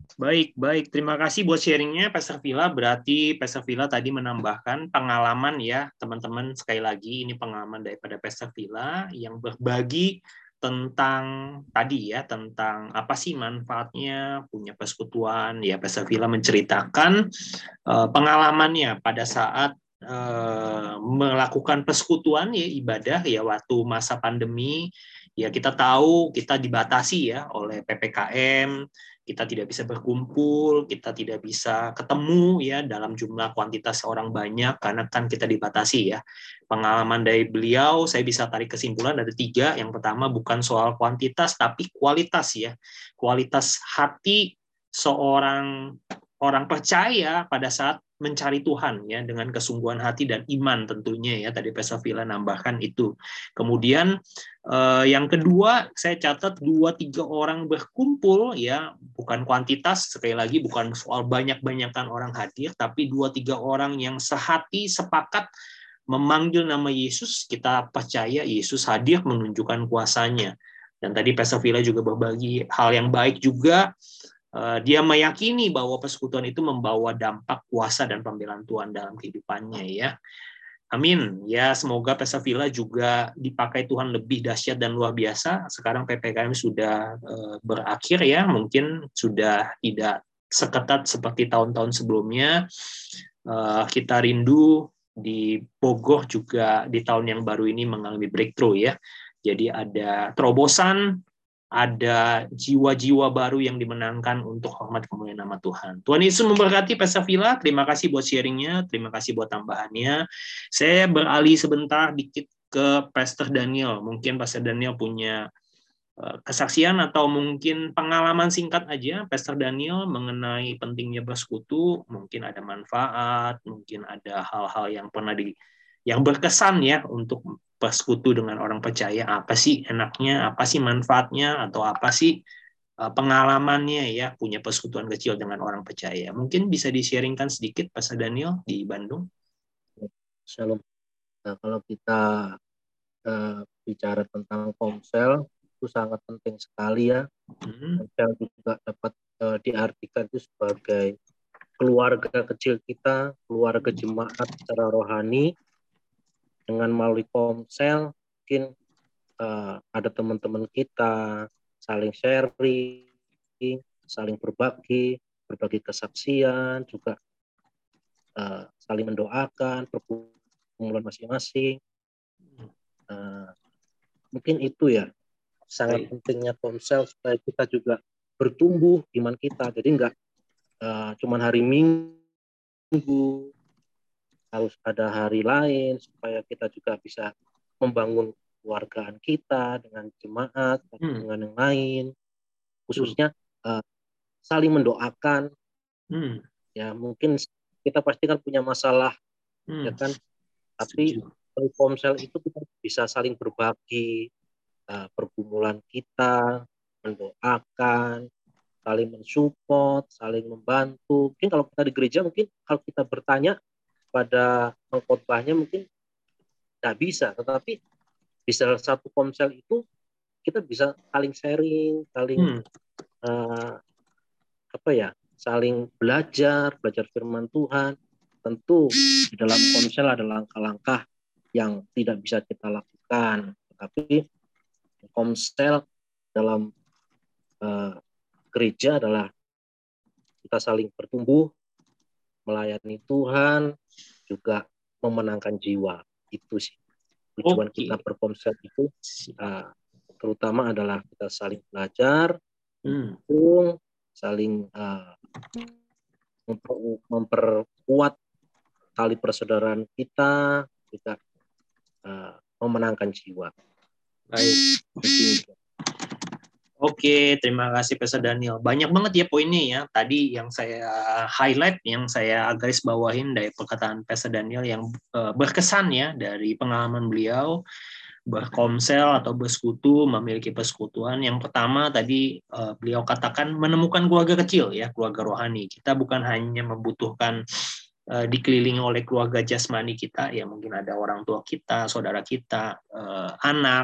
Baik, baik. Terima kasih buat sharingnya, Pastor Villa. Berarti Pastor Villa tadi menambahkan pengalaman ya, teman-teman. Sekali lagi, ini pengalaman daripada Pastor Villa yang berbagi tentang tadi ya, tentang apa sih manfaatnya punya persekutuan. Ya, Pastor Villa menceritakan uh, pengalamannya pada saat uh, melakukan persekutuan ya, ibadah ya waktu masa pandemi. Ya, kita tahu kita dibatasi ya oleh P P K M. Kita tidak bisa berkumpul, kita tidak bisa ketemu ya dalam jumlah kuantitas orang banyak karena kan kita dibatasi ya. Pengalaman dari beliau saya bisa tarik kesimpulan ada tiga. Yang pertama bukan soal kuantitas tapi kualitas ya. Kualitas hati seorang orang percaya pada saat mencari Tuhan ya dengan kesungguhan hati dan iman tentunya ya, tadi Pastor Villa nambahkan itu. Kemudian eh, yang kedua saya catat dua tiga orang berkumpul ya, bukan kuantitas, sekali lagi bukan soal banyak-banyakan orang hadir, tapi dua tiga orang yang sehati sepakat memanggil nama Yesus, kita percaya Yesus hadir menunjukkan kuasanya. Dan tadi Pastor Villa juga berbagi hal yang baik juga. Dia meyakini bahwa persekutuan itu membawa dampak kuasa dan pembelaan Tuhan dalam kehidupannya ya. Amin. Ya, semoga Pastor Villa juga dipakai Tuhan lebih dahsyat dan luar biasa. Sekarang P P K M sudah uh, berakhir ya, mungkin sudah tidak seketat seperti tahun-tahun sebelumnya. Uh, kita rindu di Bogor juga di tahun yang baru ini mengalami breakthrough ya. Jadi ada terobosan, ada jiwa-jiwa baru yang dimenangkan untuk hormat kemuliaan nama Tuhan. Tuhan Yesus memberkati Pastor Villa. Terima kasih buat sharingnya, terima kasih buat tambahannya. Saya beralih sebentar dikit ke Pastor Daniel. Mungkin Pastor Daniel punya uh, kesaksian atau mungkin pengalaman singkat aja, Pastor Daniel, mengenai pentingnya bersekutu. Mungkin ada manfaat, mungkin ada hal-hal yang pernah di yang berkesan ya untuk bersekutu dengan orang percaya. Apa sih enaknya, apa sih manfaatnya, atau apa sih uh, pengalamannya ya punya persekutuan kecil dengan orang percaya. Mungkin bisa di-sharingkan sedikit Pastor Daniel di Bandung. Shalom. Nah, kalau kita uh, bicara tentang komsel itu sangat penting sekali ya. Hmm. Komsel juga dapat uh, diartikan itu sebagai keluarga kecil kita, keluarga jemaat secara rohani. Dengan melalui komsel mungkin uh, ada teman-teman kita saling sharing, saling berbagi, berbagi kesaksian, juga uh, saling mendoakan pergumulan masing-masing. Uh, mungkin itu ya sangat Baik. pentingnya komsel supaya kita juga bertumbuh iman kita. Jadi enggak uh, cuman hari Minggu, harus ada hari lain supaya kita juga bisa membangun keluargaan kita dengan jemaat, hmm. dengan yang lain, khususnya hmm. uh, saling mendoakan. Hmm. Ya mungkin kita pasti kan punya masalah, hmm. ya kan. Tapi di komsel itu kita bisa saling berbagi uh, pergumulan kita, mendoakan, saling mensupport, saling membantu. Mungkin kalau kita di gereja mungkin kalau kita bertanya pada pengkhotbahnya mungkin tidak bisa, tetapi di salah satu komsel itu kita bisa saling sharing, saling hmm. uh, apa ya, saling belajar, belajar firman Tuhan. Tentu di dalam komsel ada langkah-langkah yang tidak bisa kita lakukan, tetapi komsel dalam uh, gereja adalah kita saling bertumbuh, melayani Tuhan, juga memenangkan jiwa. Itu sih tujuan okay. kita berkomsel itu, uh, terutama adalah kita saling belajar, hmm. saling uh, memper, memperkuat tali persaudaraan kita, juga uh, memenangkan jiwa. Baik. Oke, terima kasih Pastor Daniel. Banyak banget ya poinnya ya. Tadi yang saya highlight, yang saya garis bawahin dari perkataan Pastor Daniel yang uh, berkesan ya dari pengalaman beliau berkomsel atau bersekutu, memiliki persekutuan. Yang pertama tadi uh, beliau katakan menemukan keluarga kecil ya, keluarga rohani. Kita bukan hanya membutuhkan uh, dikelilingi oleh keluarga jasmani kita, ya mungkin ada orang tua kita, saudara kita, uh, anak,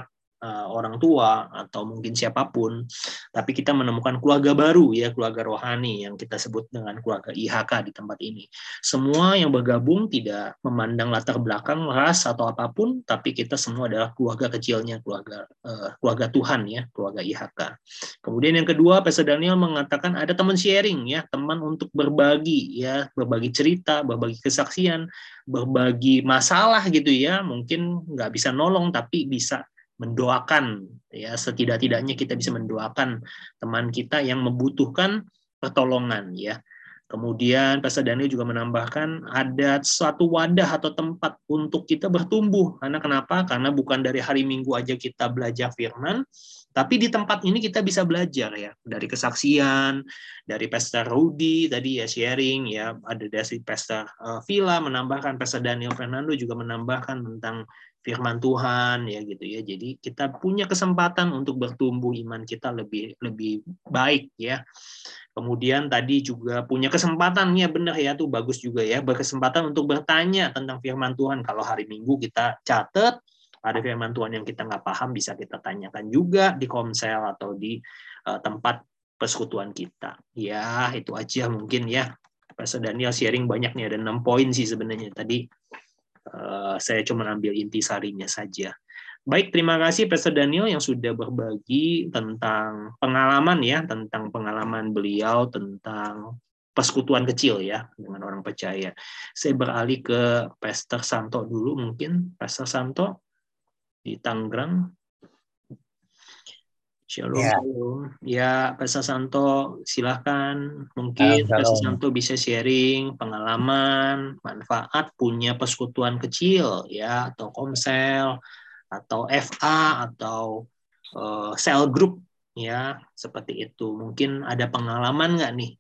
uh, orang tua atau mungkin siapapun, tapi kita menemukan keluarga baru ya, keluarga rohani yang kita sebut dengan keluarga I H K di tempat ini. Semua yang bergabung tidak memandang latar belakang, ras atau apapun, tapi kita semua adalah keluarga kecilnya, keluarga uh, keluarga Tuhan ya, keluarga I H K. Kemudian yang kedua, Pastor Daniel mengatakan ada teman sharing ya, teman untuk berbagi ya, berbagi cerita, berbagi kesaksian, berbagi masalah gitu ya, mungkin nggak bisa nolong tapi bisa mendoakan ya, setidak-tidaknya kita bisa mendoakan teman kita yang membutuhkan pertolongan ya. Kemudian Pastor Daniel juga menambahkan ada suatu wadah atau tempat untuk kita bertumbuh. Karena kenapa? Karena bukan dari hari Minggu aja kita belajar firman, tapi di tempat ini kita bisa belajar ya, dari kesaksian, dari Pastor Rudy tadi ya sharing ya, ada dari Pastor uh, Villa menambahkan, Pastor Daniel Fernando juga menambahkan tentang firman Tuhan ya gitu ya. Jadi kita punya kesempatan untuk bertumbuh iman kita lebih lebih baik ya. Kemudian tadi juga punya kesempatan ya, benar ya, tuh bagus juga ya, berkesempatan untuk bertanya tentang firman Tuhan. Kalau hari Minggu kita catat ada firman Tuhan yang kita nggak paham, bisa kita tanyakan juga di komsel atau di uh, tempat persekutuan kita. Ya, itu aja mungkin ya. Pastor Daniel sharing banyak nih, ada enam poin sih sebenarnya. Tadi uh, saya cuma ambil intisarinya saja. Baik, terima kasih Pastor Daniel yang sudah berbagi tentang pengalaman ya, tentang pengalaman beliau, tentang persekutuan kecil ya, dengan orang percaya. Saya beralih ke Pastor Santo dulu mungkin. Pastor Santo di Tangerang. Shalom, Ya. shalom. Ya, Pastor Santo, silahkan. Mungkin Pastor Santo bisa sharing pengalaman, manfaat punya persekutuan kecil, ya, atau komsel, atau F A, atau uh, cell group, ya, seperti itu. Mungkin ada pengalaman nggak nih?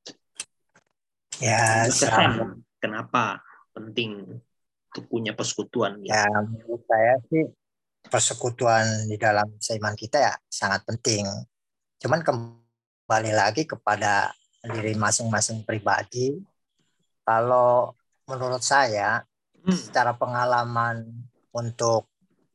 Ya, berkesan. Kenapa penting untuk punya persekutuan? Ya, ya menurut saya sih persekutuan di dalam seiman kita ya sangat penting. Cuman kembali lagi kepada diri masing-masing pribadi. Kalau menurut saya, hmm. secara pengalaman untuk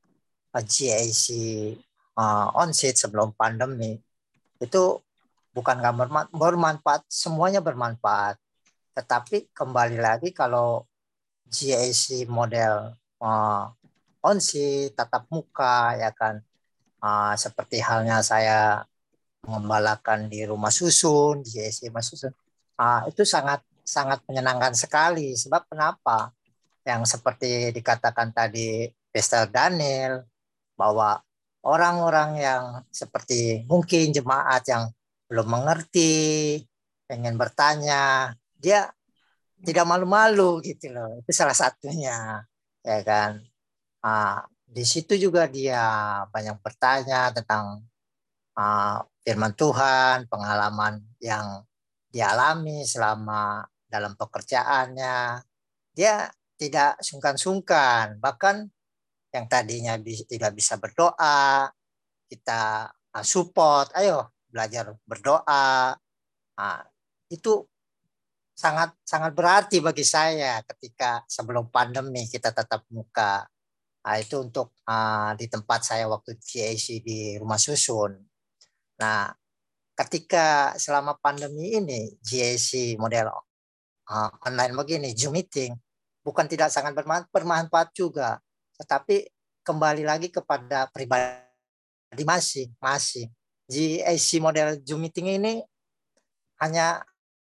G A C uh, on-site sebelum pandemi, itu bukan nggak bermanfaat, bermanfaat, semuanya bermanfaat. Tetapi kembali lagi kalau G A C model uh, on-site, tatap muka, ya kan, uh, seperti halnya saya mengembalakan di rumah susun, G A C rumah susun, uh, itu sangat sangat menyenangkan sekali. Sebab kenapa? Yang seperti dikatakan tadi Pastor Daniel, bahwa orang-orang yang seperti mungkin jemaat yang belum mengerti, pengen bertanya, dia tidak malu-malu gitu loh. Itu salah satunya, ya kan. Uh, di situ juga dia banyak bertanya tentang uh, firman Tuhan, pengalaman yang dialami selama dalam pekerjaannya. Dia tidak sungkan-sungkan, bahkan yang tadinya bi- tidak bisa berdoa, kita uh, support, ayo belajar berdoa. Uh, itu sangat sangat berarti bagi saya ketika sebelum pandemi kita tatap muka. Nah, itu untuk uh, di tempat saya waktu G A C di rumah susun. Nah, ketika selama pandemi ini G A C model uh, online begini, Zoom meeting, bukan tidak sangat bermanfaat, bermanfaat juga, tetapi kembali lagi kepada pribadi masing-masing. G A C model Zoom meeting ini hanya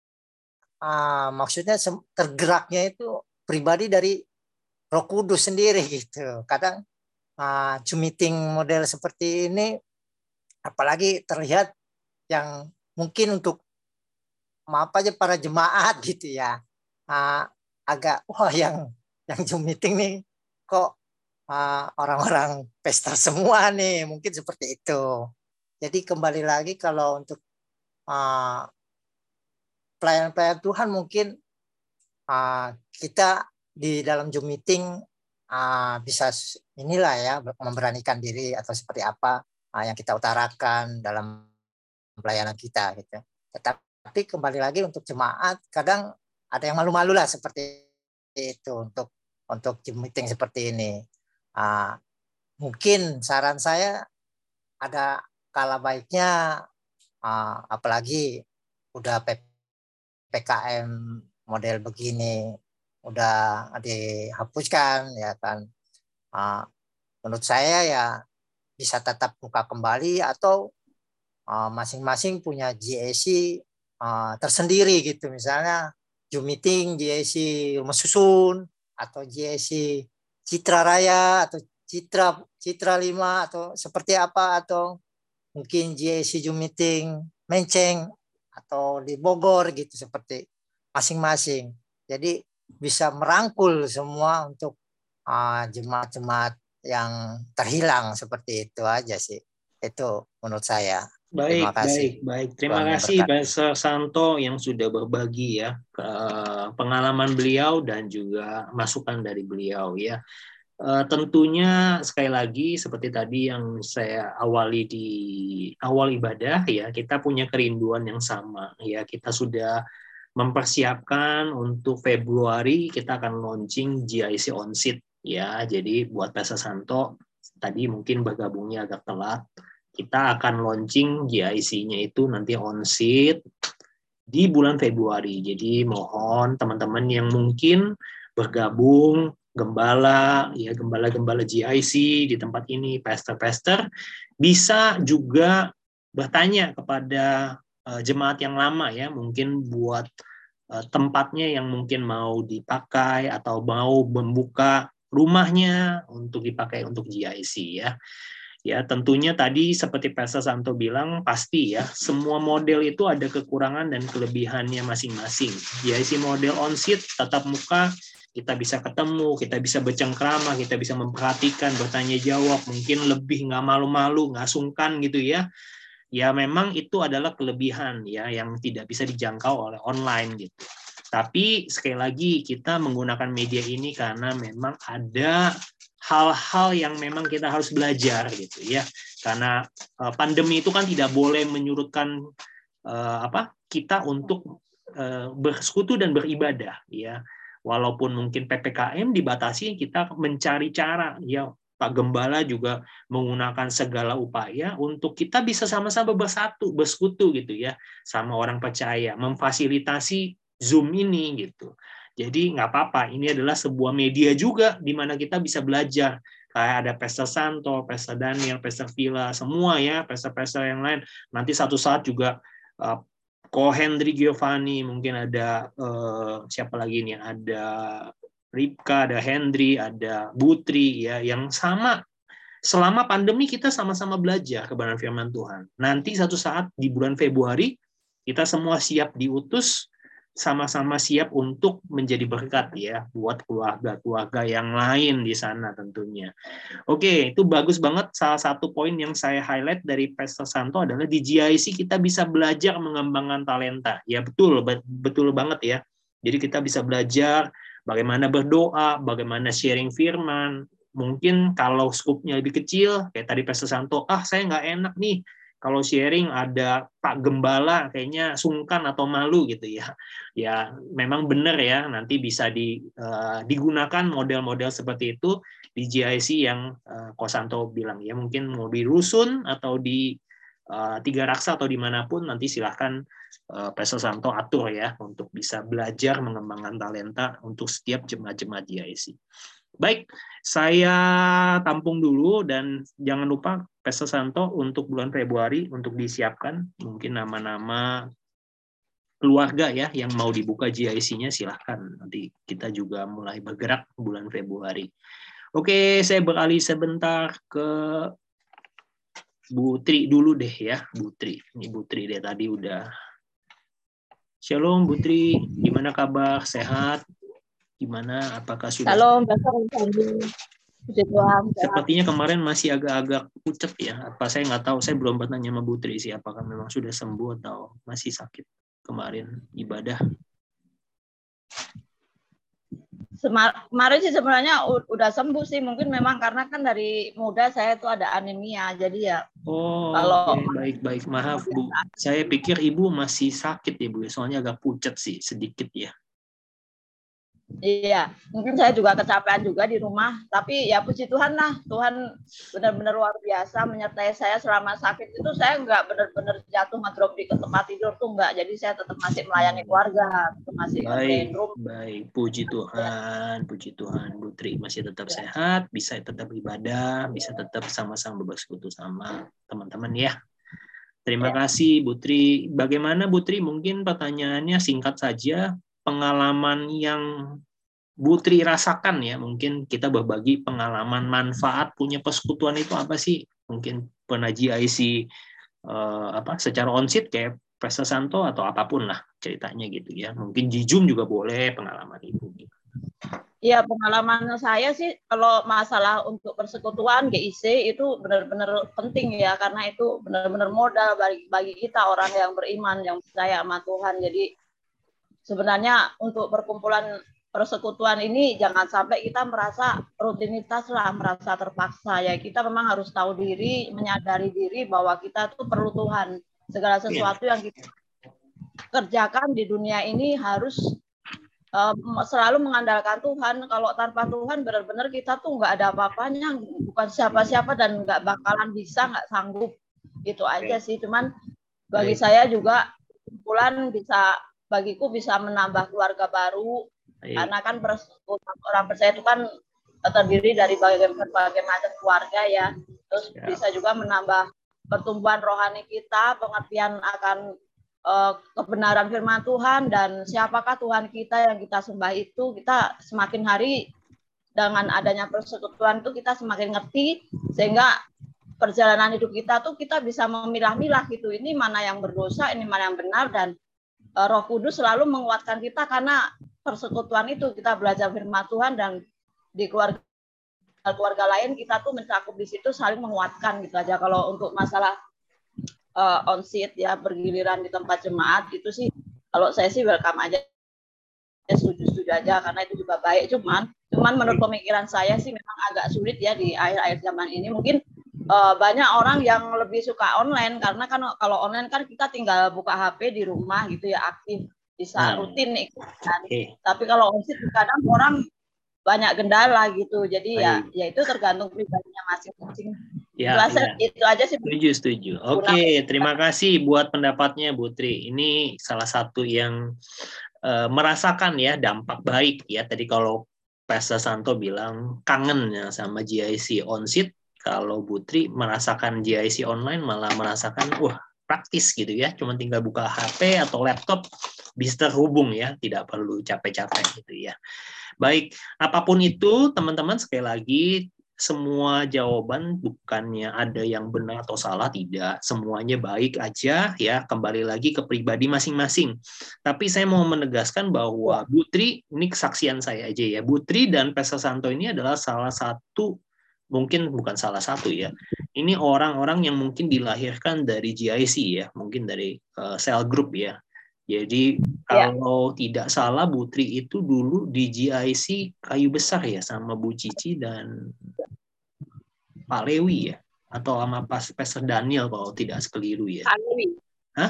uh, maksudnya tergeraknya itu pribadi dari Roh Kudus sendiri gitu. Kadang uh, Zoom meeting model seperti ini, apalagi terlihat yang mungkin untuk maaf aja para jemaat gitu ya, uh, agak wah yang yang Zoom meeting nih kok uh, orang-orang pesta semua nih, mungkin seperti itu. Jadi kembali lagi kalau untuk uh, pelayan-pelayan Tuhan mungkin uh, kita di dalam Zoom meeting uh, bisa inilah ya, memberanikan diri atau seperti apa uh, yang kita utarakan dalam pelayanan kita gitu. Tetapi kembali lagi untuk jemaat kadang ada yang malu-malu lah seperti itu untuk untuk Zoom meeting seperti ini. Uh, mungkin saran saya ada kala baiknya, uh, apalagi udah P P K M model begini udah dihapuskan ya kan. Uh, menurut saya ya bisa tetap buka kembali atau uh, masing-masing punya G A C uh, tersendiri gitu. Misalnya Zoom meeting G A C Rumah Susun atau G A C Citra Raya atau Citra Citra lima atau seperti apa, atau mungkin G A C Zoom meeting Menceng atau di Bogor gitu, seperti masing-masing. Jadi bisa merangkul semua untuk uh, jemaat-jemaat yang terhilang, seperti itu aja sih. Itu menurut saya. Baik, Terima kasih. baik, baik. Terima Tuhan kasih memberkati. Pastor Santo yang sudah berbagi ya ke- pengalaman beliau dan juga masukan dari beliau ya. Uh, tentunya sekali lagi seperti tadi yang saya awali di awal ibadah ya, kita punya kerinduan yang sama ya. Kita sudah mempersiapkan untuk Februari kita akan launching G I C on-site ya. Jadi buat Pastor Santo tadi mungkin bergabungnya agak telat, kita akan launching G I C-nya itu nanti on-site di bulan Februari. Jadi mohon teman-teman yang mungkin bergabung, gembala, ya gembala-gembala G I C di tempat ini, pastor-pastor, bisa juga bertanya kepada uh, jemaat yang lama ya, mungkin buat uh, tempatnya yang mungkin mau dipakai atau mau membuka rumahnya untuk dipakai untuk G I C ya. Ya, tentunya tadi seperti Pastor Santo bilang, pasti ya, semua model itu ada kekurangan dan kelebihannya masing-masing. G I C model on-site, tatap muka, kita bisa ketemu, kita bisa bercengkrama, kita bisa memperhatikan, bertanya jawab, mungkin lebih nggak malu-malu, nggak sungkan gitu ya. Ya memang itu adalah kelebihan ya yang tidak bisa dijangkau oleh online gitu. Tapi sekali lagi kita menggunakan media ini karena memang ada hal-hal yang memang kita harus belajar gitu ya, karena uh, pandemi itu kan tidak boleh menyurutkan uh, apa kita untuk uh, bersekutu dan beribadah ya, walaupun mungkin P P K M dibatasi, kita mencari cara ya. Pak Gembala juga menggunakan segala upaya untuk kita bisa sama-sama bersatu, bersekutu gitu ya, sama orang percaya, memfasilitasi Zoom ini gitu. Jadi nggak apa-apa, ini adalah sebuah media juga di mana kita bisa belajar. Kayak ada Pastor Santo, Pastor Daniel, Pastor Villa, semua ya, pastor-pastor yang lain. Nanti satu saat juga uh, Ko Hendri Giovanni, mungkin ada uh, siapa lagi nih, ada Ripka, ada Hendri, ada Butri ya, yang sama. Selama pandemi kita sama-sama belajar kebenaran firman Tuhan. Nanti satu saat di bulan Februari kita semua siap diutus, sama-sama siap untuk menjadi berkat ya buat keluarga-keluarga yang lain di sana tentunya. Oke, itu bagus banget. Salah satu poin yang saya highlight dari Pastor Santo adalah di G I C kita bisa belajar mengembangkan talenta. Ya betul, betul banget ya. Jadi kita bisa belajar bagaimana berdoa, bagaimana sharing firman. Mungkin kalau skupnya lebih kecil, kayak tadi Pastor Santo, ah saya nggak enak nih kalau sharing ada Pak Gembala, kayaknya sungkan atau malu gitu ya. Ya memang benar ya, nanti bisa di, uh, digunakan model-model seperti itu di G I C yang uh, Kosanto bilang ya. Mungkin mau di Rusun atau di uh, Tiga Raksa atau dimanapun, nanti silahkan uh, Pastor Santo atur ya untuk bisa belajar mengembangkan talenta untuk setiap jemaat-jemaat G I C. Baik, saya tampung dulu dan jangan lupa Pastor Santo untuk bulan Februari untuk disiapkan mungkin nama-nama keluarga ya yang mau dibuka G I C-nya, silahkan. Nanti kita juga mulai bergerak bulan Februari. Oke, saya beralih sebentar ke Bu Tri dulu deh ya, Bu Tri. Ini Bu Tri deh tadi udah. Shalom Bu Tri, gimana kabar? Sehat? Gimana? Apakah sudah? Shalom, puji Tuhan. Sepertinya kemarin masih agak-agak pucat ya. Apa saya nggak tahu. Saya belum pernah sama Bu Tri sih. Apakah memang sudah sembuh atau masih sakit kemarin ibadah? Semar kemarin sih sebenarnya udah sembuh sih. Mungkin memang karena kan dari muda saya tuh ada anemia. Jadi ya. Oh, kalau okay. Baik-baik. Maaf Bu. Saya pikir Ibu masih sakit ya Bu. Soalnya agak pucat sih sedikit ya. Iya, mungkin saya juga kecapean juga di rumah, tapi ya puji Tuhan lah, Tuhan benar-benar luar biasa menyertai saya selama sakit itu. Saya nggak benar-benar jatuh ngedrop di tempat tidur tuh nggak, jadi saya tetap masih melayani keluarga, tetap masih ngerjain Baik, rumah. baik. Puji Tuhan, puji Tuhan. Putri masih tetap sehat, bisa tetap ibadah, bisa tetap sama-sama bersekutu sama teman-teman ya. Terima Ya. kasih, Putri. Bagaimana, Putri? Mungkin pertanyaannya singkat saja. Pengalaman yang Putri rasakan ya, mungkin kita berbagi pengalaman manfaat punya persekutuan itu apa sih? Mungkin pernah G I C eh, apa secara onsit kayak Pastor Santo atau apapun lah ceritanya gitu ya. Mungkin di Zoom juga boleh pengalaman itu. Iya, pengalaman saya sih kalau masalah untuk persekutuan G I C itu benar-benar penting ya, karena itu benar-benar modal bagi bagi kita orang yang beriman, yang percaya sama Tuhan. Jadi sebenarnya untuk perkumpulan persekutuan ini jangan sampai kita merasa rutinitas lah, merasa terpaksa ya. Kita memang harus tahu diri, menyadari diri bahwa kita tuh perlu Tuhan. Segala sesuatu yang kita kerjakan di dunia ini harus uh, selalu mengandalkan Tuhan. Kalau tanpa Tuhan benar-benar kita tuh nggak ada apa-apanya, bukan siapa-siapa dan nggak bakalan bisa, nggak sanggup. Itu aja sih. Cuman bagi saya juga kumpulan bisa, bagiku bisa menambah keluarga baru. Baik. Karena kan orang percaya itu kan terdiri dari berbagai macam keluarga ya. Terus ya. Bisa juga menambah pertumbuhan rohani kita, pengertian akan uh, kebenaran firman Tuhan dan siapakah Tuhan kita yang kita sembah itu. Kita semakin hari dengan adanya persekutuan itu kita semakin ngerti, sehingga perjalanan hidup kita tuh kita bisa memilah-milah gitu. Ini mana yang berdosa, ini mana yang benar, dan uh, Roh Kudus selalu menguatkan kita karena persekutuan itu kita belajar firman Tuhan, dan di keluarga keluarga lain kita tuh mencakup di situ saling menguatkan gitu aja. Kalau untuk masalah uh, on-site ya, bergiliran di tempat jemaat itu sih kalau saya sih welcome aja, setuju-setuju aja karena itu juga baik. Cuman cuman menurut pemikiran saya sih memang agak sulit ya di akhir-akhir zaman ini. Mungkin uh, banyak orang yang lebih suka online karena kan kalau online kan kita tinggal buka H P di rumah gitu ya, aktif bisa rutin nih kan. Okay. Tapi kalau on-site kadang orang banyak kendala gitu, jadi Baik. ya ya itu tergantung pribadinya masing-masing. Ya, itu, ya. Itu aja sih. Setuju, setuju. Oke, okay, terima kasih buat pendapatnya Putri. Ini salah satu yang uh, merasakan ya dampak baik ya. Tadi kalau Pastor Santo bilang kangen ya sama G I C on-site, kalau Putri merasakan G I C online malah merasakan wah praktis gitu ya, cuma tinggal buka H P atau laptop bisa terhubung ya, tidak perlu capek-capek gitu ya. Baik, apapun itu teman-teman, sekali lagi semua jawaban bukannya ada yang benar atau salah, tidak, semuanya baik aja ya, kembali lagi ke pribadi masing-masing. Tapi saya mau menegaskan bahwa Putri, ini kesaksian saya aja ya, Putri dan Pastor Santo ini adalah salah satu, mungkin bukan salah satu ya, ini orang-orang yang mungkin dilahirkan dari G I C ya, mungkin dari uh, cell group ya. Jadi kalau ya. tidak salah Putri itu dulu di G I C Kayu Besar ya, sama Bu Cici dan Pak Lewi ya, atau sama Pastor Daniel kalau tidak sekeliru ya. Pak Lewi. Hah?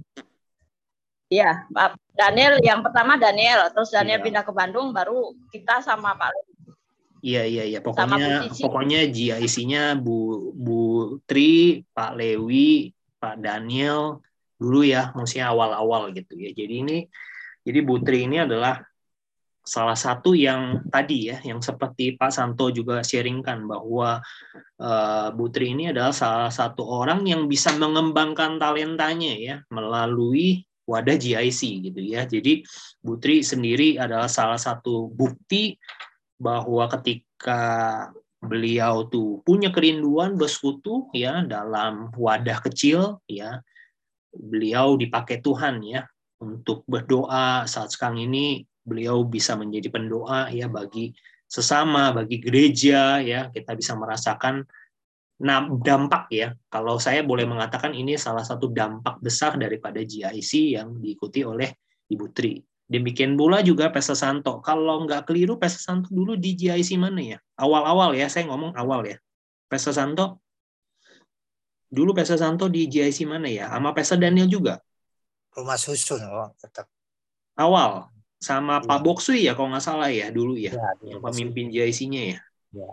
Iya, Pak Daniel yang pertama Daniel, terus Daniel ya. pindah ke Bandung, baru kita sama Pak Lewi. Iya iya iya, pokoknya pokoknya G I C-nya Bu Bu Tri, Pak Lewi, Pak Daniel dulu ya, maksudnya awal-awal gitu ya. Jadi ini jadi Bu Tri ini adalah salah satu yang tadi ya, yang seperti Pak Santo juga sharingkan bahwa uh, Bu Tri ini adalah salah satu orang yang bisa mengembangkan talentanya ya melalui wadah G I C gitu ya. Jadi Bu Tri sendiri adalah salah satu bukti bahwa ketika beliau tuh punya kerinduan bersekutu ya dalam wadah kecil ya, beliau dipakai Tuhan ya untuk berdoa. Saat sekarang ini beliau bisa menjadi pendoa ya bagi sesama, bagi gereja ya. Kita bisa merasakan dampak ya. Kalau saya boleh mengatakan ini salah satu dampak besar daripada G I C yang diikuti oleh Ibu Tri. Demikian pula juga Pastor Santo. Kalau nggak keliru, Pastor Santo dulu di G I C mana ya? Awal-awal ya, saya ngomong awal ya. Pastor Santo, dulu Pastor Santo di G I C mana ya? Sama Pastor Daniel juga? Rumah susun, oh, tetap. Awal, sama Iya. Pak Boksui ya, kalau nggak salah ya dulu ya, Ya, yang delegasi. pemimpin J I C-nya ya. Ya.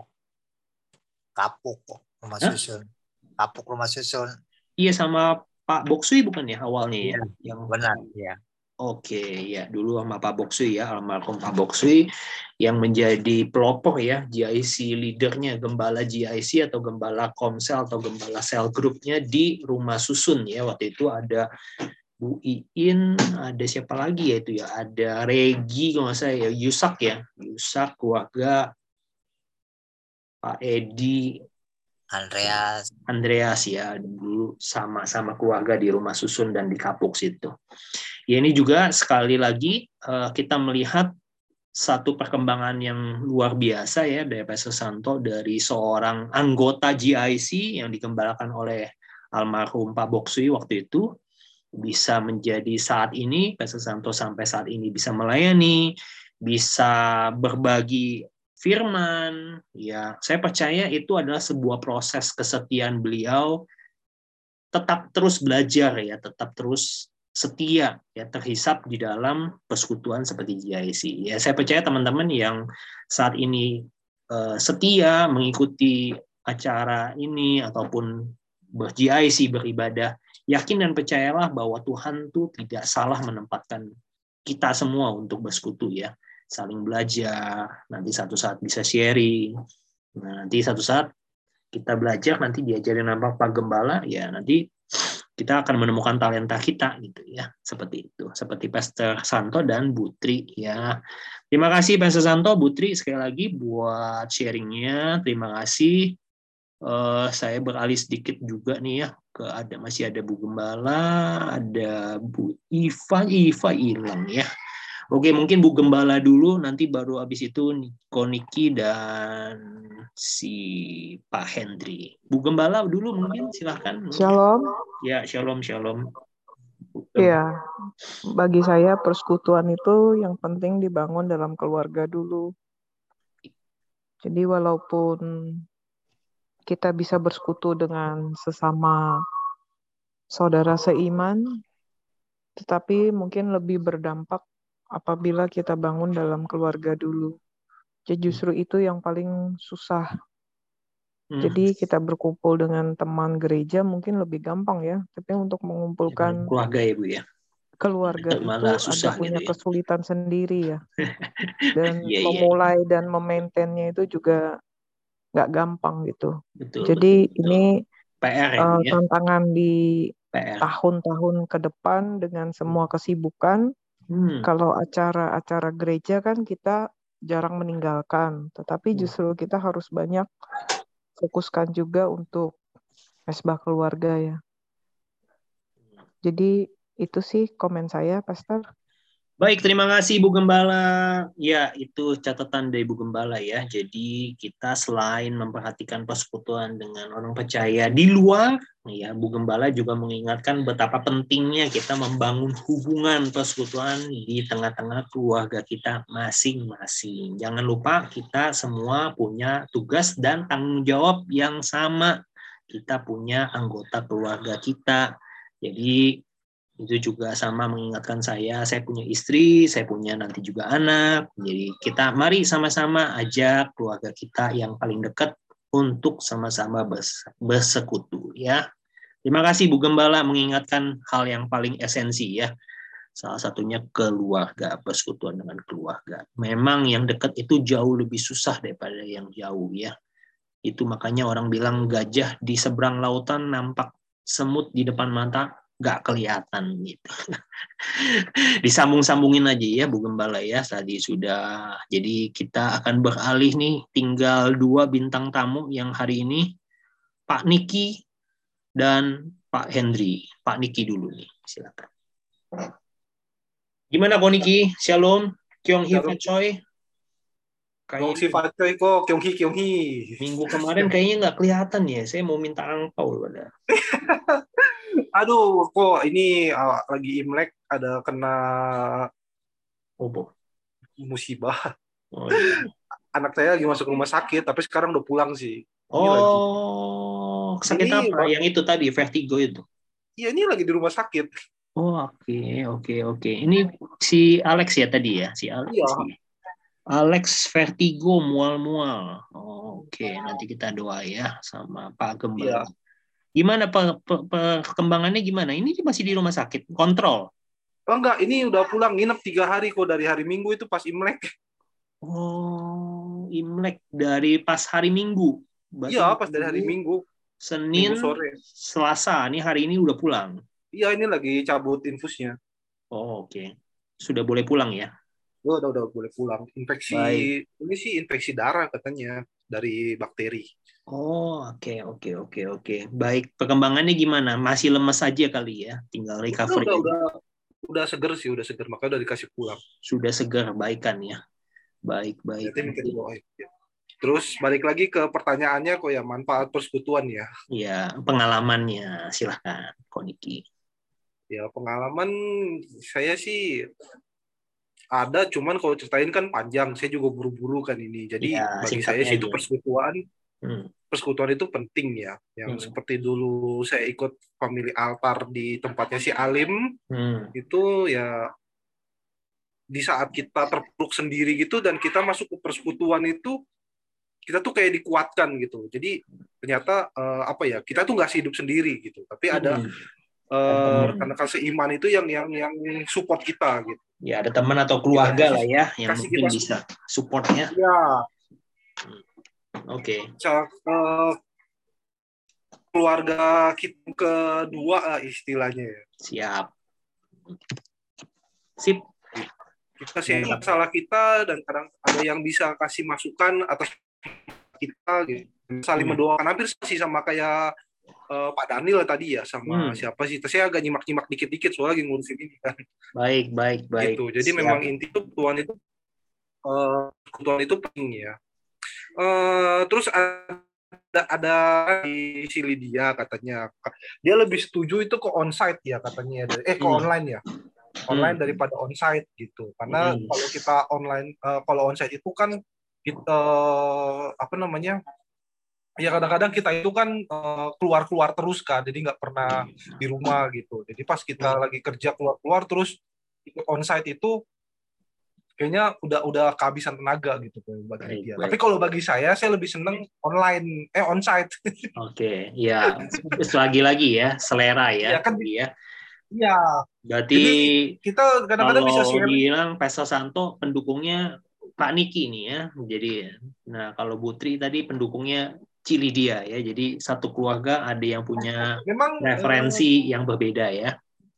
Kapuk kok, rumah Hah? susun. Kapuk rumah susun. Iya sama Pak Boksui bukan ya awalnya ya, Iya, yang benar. Ya. Oke, ya dulu sama Pak Boksui ya, almarhum Pak Boksui yang menjadi pelopor ya, J I C leadernya, gembala J I C atau gembala Komsel atau gembala sel grupnya di Rumah Susun ya. Waktu itu ada Bu Iin, ada siapa lagi ya itu ya, ada Regi kalau nggak salah ya, Yusak ya, Yusak, keluarga Pak Edi, Andreas. Andreas ya, dulu sama-sama keluarga di Rumah Susun dan di Kapuk situ. Ya ini juga sekali lagi uh, kita melihat satu perkembangan yang luar biasa ya dari Pastor Santo, dari seorang anggota J I C yang digembalakan oleh almarhum Pak Boksui waktu itu, bisa menjadi saat ini Pastor Santo sampai saat ini bisa melayani, bisa berbagi firman. Ya, saya percaya itu adalah sebuah proses kesetiaan beliau, tetap terus belajar ya, tetap terus setia ya, terhisap di dalam persekutuan seperti J I C. Ya, saya percaya teman-teman yang saat ini uh, setia mengikuti acara ini ataupun ber-J I C beribadah, yakin dan percayalah bahwa Tuhan tuh tidak salah menempatkan kita semua untuk bersekutu ya, saling belajar, nanti satu saat bisa sharing. Nah, nanti satu saat kita belajar, nanti diajarin sama Pak Gembala, ya nanti kita akan menemukan talenta kita gitu ya, seperti itu, seperti Pastor Santo dan Butri ya. Terima kasih Pastor Santo, Butri sekali lagi buat sharingnya, terima kasih. Uh, saya beralih sedikit juga nih ya, ke ada masih ada Bu Gembala, ada Bu Iva, Iva hilang ya. Oke, mungkin Bu Gembala dulu, nanti baru habis itu Koniki dan si Pak Hendri. Bu Gembala dulu mungkin, silahkan. Shalom. Ya, shalom, shalom. Iya, bagi saya persekutuan itu yang penting dibangun dalam keluarga dulu. Jadi walaupun kita bisa bersekutu dengan sesama saudara seiman, tetapi mungkin lebih berdampak apabila kita bangun dalam keluarga dulu. Jadi justru itu yang paling susah. Hmm. Jadi kita berkumpul dengan teman gereja mungkin lebih gampang ya, tapi untuk mengumpulkan keluarga ya Bu ya. Keluarga itu itu susah ada punya gitu ya. kesulitan sendiri ya. Dan yeah, memulai yeah. dan memaintainnya itu juga nggak gampang gitu. Betul, Jadi betul, betul. ini P R ya, uh, ya? tantangan di P R. tahun-tahun ke depan dengan semua kesibukan. Hmm. Kalau acara-acara gereja kan kita jarang meninggalkan, tetapi justru kita harus banyak fokuskan juga untuk mesbah keluarga ya. Jadi itu sih komen saya, Pastor. Baik, terima kasih Bu Gembala. Ya, itu catatan dari Bu Gembala ya. Jadi kita selain memperhatikan persekutuan dengan orang percaya di luar, ya Bu Gembala juga mengingatkan betapa pentingnya kita membangun hubungan persekutuan di tengah-tengah keluarga kita masing-masing. Jangan lupa kita semua punya tugas dan tanggung jawab yang sama. Kita punya anggota keluarga kita. Jadi itu juga sama mengingatkan saya, saya punya istri, saya punya nanti juga anak. Jadi kita mari sama-sama ajak keluarga kita yang paling dekat untuk sama-sama bersekutu ya. Terima kasih Bu Gembala mengingatkan hal yang paling esensi ya. Salah satunya keluarga, persekutuan dengan keluarga. Memang yang dekat itu jauh lebih susah daripada yang jauh ya. Itu makanya orang bilang gajah di seberang lautan nampak semut di depan mata nggak kelihatan gitu. Disambung-sambungin aja ya Bu Gembala ya, tadi sudah. Jadi kita akan beralih nih, tinggal dua bintang tamu yang hari ini, Pak Niki dan Pak Hendri. Pak Niki dulu nih, silakan. Gimana Ko Niki? Shalom, Kyung Hee Fat Choi. Kyung Hee Fat Choi kok, Kyung Hee Kyung Hee. Minggu kemarin kayaknya nggak kelihatan ya, saya mau minta angpau pada. Aduh, kok ini uh, lagi Imlek ada kena Opo. musibah. Oh, iya. Anak saya lagi masuk rumah sakit, tapi sekarang udah pulang sih. Ini oh, lagi. Sakit ini apa? Bak- Yang itu tadi, vertigo itu? Iya, ini lagi di rumah sakit. Oh, oke, oke, oke. Ini si Alex ya tadi ya, si Alex. Iya. Si Alex vertigo mual-mual. Oh, oke, nanti kita doa ya sama Pak Gembala. Iya. Gimana pe- pe- perkembangannya gimana? Ini masih di rumah sakit, kontrol. Oh enggak, ini udah pulang nginep tiga hari kok dari hari Minggu itu pas Imlek. Oh, Imlek dari pas hari Minggu. Berarti Iya, pas dari hari Minggu. Senin, Minggu sore. Selasa. Ini hari ini udah pulang. Iya, ini lagi cabut infusnya. Oh, oke. Sudah boleh pulang ya? Oh, udah udah boleh pulang. Infeksi Baik. ini sih infeksi darah katanya dari bakteri. Oh, oke, oke, oke, oke. Baik, perkembangannya gimana? Masih lemes aja kali ya? Tinggal recovery Udah, aja. udah, udah seger sih, udah seger. Makanya udah dikasih pulang. Sudah segar, baikan ya. Baik, baik. Nanti minta dibawain. Terus balik lagi ke pertanyaannya kok ya, manfaat persekutuan ya. Ya, pengalamannya silahkan, Koniki. Ya, pengalaman saya sih ada, cuman kalau ceritain kan panjang. Saya juga buru-buru kan ini. Jadi Ya, bagi singkatnya saya sih itu aja. persekutuan. Hmm. Persekutuan itu penting ya. Yang Hmm. seperti dulu saya ikut family altar di tempatnya si Alim. Hmm. Itu ya di saat kita terpuruk sendiri gitu dan kita masuk ke persekutuan itu, kita tuh kayak dikuatkan gitu. Jadi ternyata eh, apa ya, kita tuh nggak hidup sendiri gitu. Tapi ada Hmm. eh, rekan-rekan seiman itu yang yang yang support kita gitu. Ya, ada teman atau keluarga Kita lah ya yang kasih mungkin kita bisa supportnya. ya Oke. ca- eh, keluarga kita kedua eh, istilahnya ya. Siap. Sip. Kita share masalah kita dan kadang ada yang bisa kasih masukan atas kita gitu. Saling Hmm. mendoakan, hampir sih sama kayak eh, Pak Daniel tadi ya, sama Hmm. siapa sih? Saya agak nyimak-nyimak dikit-dikit soalnya lagi ngurusin ini kan. Baik, baik, baik. Gitu. Jadi Siap. memang inti itu Tuhan itu eh, Tuhan itu penting ya. Eh, terus ada ada di si Lydia katanya dia lebih setuju itu ke onsite ya katanya, eh ke Hmm. online ya, online Hmm. daripada onsite gitu. Karena Hmm. kalau kita online, eh, kalau onsite itu kan kita apa namanya? Ya kadang-kadang kita itu kan eh, keluar-keluar terus kan, jadi nggak pernah di rumah gitu. Jadi pas kita lagi kerja keluar-keluar terus ikut onsite itu kayaknya udah udah kehabisan tenaga gitu bagi Baik, dia. baik. Tapi kalau bagi saya, saya lebih seneng online, eh onsite. Oke, ya. Lagi-lagi ya, selera ya. Iya kan? Ya. Iya. Berarti Jadi kita kadang-kadang bisa kalau share. bilang Pesta Santo pendukungnya Pak Niki nih ya. Jadi, nah kalau Butri tadi pendukungnya Cili dia ya. Jadi satu keluarga ada yang punya Memang referensi eh, yang berbeda ya.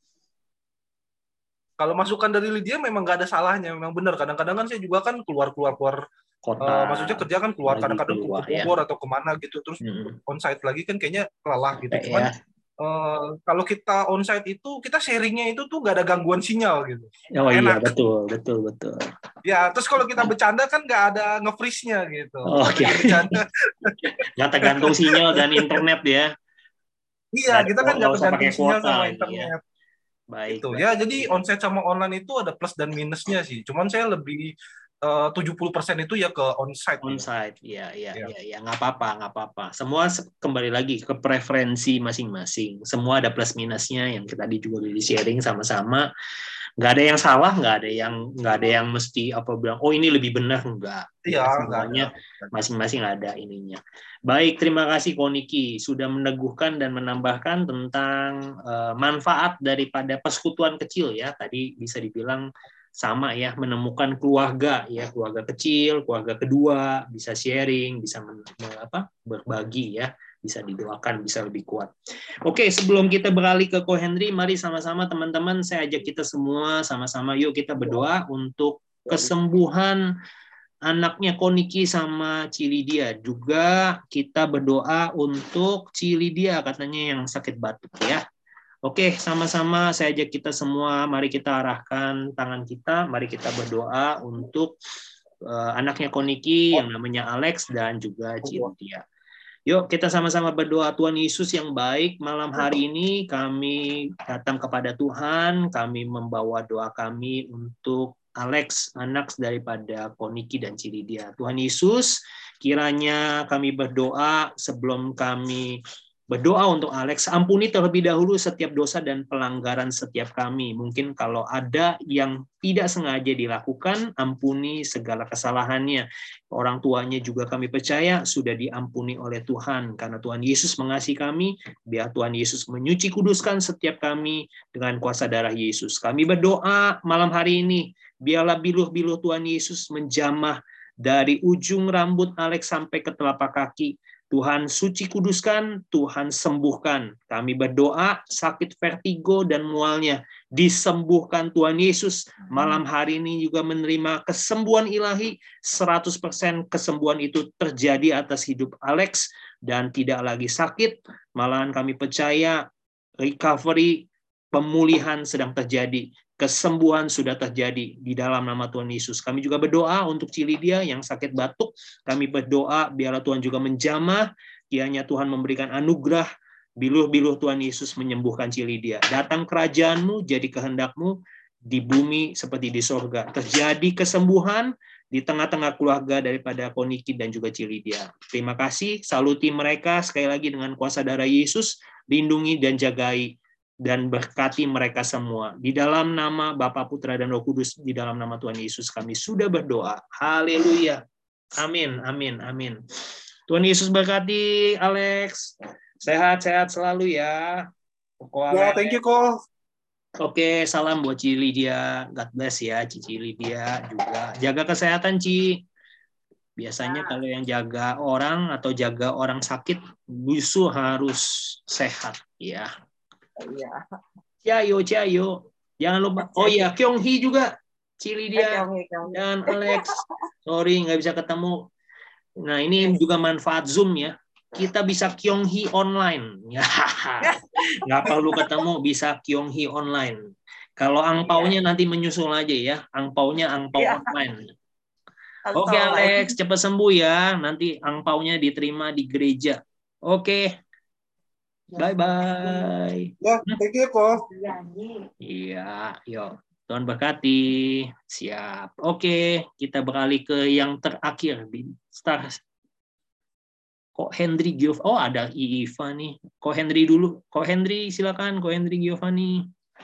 Kalau masukan dari Lydia memang nggak ada salahnya, memang benar. Kadang-kadang kan saya juga kan keluar-keluar keluar kota, uh, maksudnya kerja kan keluar, kadang-kadang ke Bogor ya. atau kemana gitu, terus hmm. onsite lagi kan kayaknya lelah gitu. Kayak Cuman ya. uh, kalau kita onsite itu kita sharingnya itu tuh nggak ada gangguan sinyal gitu. Oh enak. Iya betul betul betul. Ya terus kalau kita bercanda kan nggak ada nge-freeze-nya gitu. Oh, Oke. Okay. Nggak tergantung sinyal dan internet ya. Iya kita kan nggak tergantung sinyal sama ini, internet. Ya. Baik, gitu. baik. Ya jadi onsite sama online itu ada plus dan minusnya sih. Cuman saya lebih uh, tujuh puluh persen itu ya ke onsite. Onsite, ya, ya, ya, ya, ya. Nggak apa-apa, nggak apa-apa. Semua kembali lagi ke preferensi masing-masing. Semua ada plus minusnya yang kita tadi juga di sharing sama-sama. Nggak ada yang salah, nggak ada yang nggak ada yang mesti apa bilang, oh ini lebih benar, nggak. Iya, semuanya masing-masing ada ininya. Baik, terima kasih Koniki sudah meneguhkan dan menambahkan tentang uh, manfaat daripada persekutuan kecil ya. Tadi bisa dibilang sama ya, menemukan keluarga ya, keluarga kecil, keluarga kedua, bisa sharing, bisa men, apa, berbagi ya, bisa didoakan, bisa lebih kuat. Oke, sebelum kita beralih ke Ko Henry, mari sama-sama teman-teman, saya ajak kita semua sama-sama yuk kita berdoa untuk kesembuhan anaknya Koniki sama Cilidia. Juga kita berdoa untuk Cilidia katanya yang sakit batuk ya. Oke, sama-sama saya ajak kita semua, mari kita arahkan tangan kita, mari kita berdoa untuk uh, anaknya Koniki yang namanya Alex dan juga Cilidia. Yuk kita sama-sama berdoa. Tuhan Yesus yang baik, malam hari ini kami datang kepada Tuhan, kami membawa doa kami untuk Alex, anak daripada Koniki dan Cilidia. Tuhan Yesus, kiranya kami berdoa sebelum kami Berdoa untuk Alex, ampuni terlebih dahulu setiap dosa dan pelanggaran setiap kami. Mungkin kalau ada yang tidak sengaja dilakukan, ampuni segala kesalahannya. Orang tuanya juga kami percaya sudah diampuni oleh Tuhan. Karena Tuhan Yesus mengasihi kami, biar Tuhan Yesus menyuci kuduskan setiap kami dengan kuasa darah Yesus. Kami berdoa malam hari ini, biarlah biluh-biluh Tuhan Yesus menjamah dari ujung rambut Alex sampai ke telapak kaki. Tuhan suci kuduskan, Tuhan sembuhkan. Kami berdoa sakit vertigo dan mualnya disembuhkan Tuhan Yesus. Malam hari ini juga menerima kesembuhan ilahi, seratus persen kesembuhan itu terjadi atas hidup Alex dan tidak lagi sakit. Malahan kami percaya recovery, pemulihan sedang terjadi. Kesembuhan sudah terjadi di dalam nama Tuhan Yesus. Kami juga berdoa untuk Cilidia yang sakit batuk. Kami berdoa biarlah Tuhan juga menjamah. Kiranya Tuhan memberikan anugerah. Biluh-biluh Tuhan Yesus menyembuhkan Cilidia. Datang kerajaanmu, jadi kehendakmu di bumi seperti di sorga. Terjadi kesembuhan di tengah-tengah keluarga daripada Koniki dan juga Cilidia. Terima kasih. Saluti mereka sekali lagi dengan kuasa darah Yesus. Lindungi dan jagai dan berkati mereka semua. Di dalam nama Bapa, Putra, dan Roh Kudus, di dalam nama Tuhan Yesus kami sudah berdoa. Haleluya. Amin, amin, amin. Tuhan Yesus berkati Alex. Sehat-sehat selalu ya. Ko Ya, thank you, Ko. Oke, salam buat Ci Lydia. God bless ya, Cici Lydia juga. Jaga kesehatan, Ci. Biasanya kalau yang jaga orang atau jaga orang sakit, justru harus sehat. Ya. Iya. Ciayo, Ciayo. Jangan lupa. Oh iya, Kyung Hee juga. Cili dia. Dan Alex. Sorry, nggak bisa ketemu. Nah, ini juga manfaat Zoom ya. Kita bisa Kyung Hee online. Ya, nggak perlu ketemu, bisa Kyung Hee online. Kalau angpaunya nanti menyusul aja ya. Angpaunya angpau online. Oke, Alex, cepat sembuh ya. Nanti angpaunya diterima di gereja. Oke. Bye-bye. Ya, thank you, Ko. Iya, yuk. Tuhan berkati. Siap. Oke, kita beralih ke yang terakhir. Star. Kok Hendry Giovanni? Oh, ada Iva nih. Kok Hendry dulu. Kok Hendry, silakan. Kok Hendry Giovanni.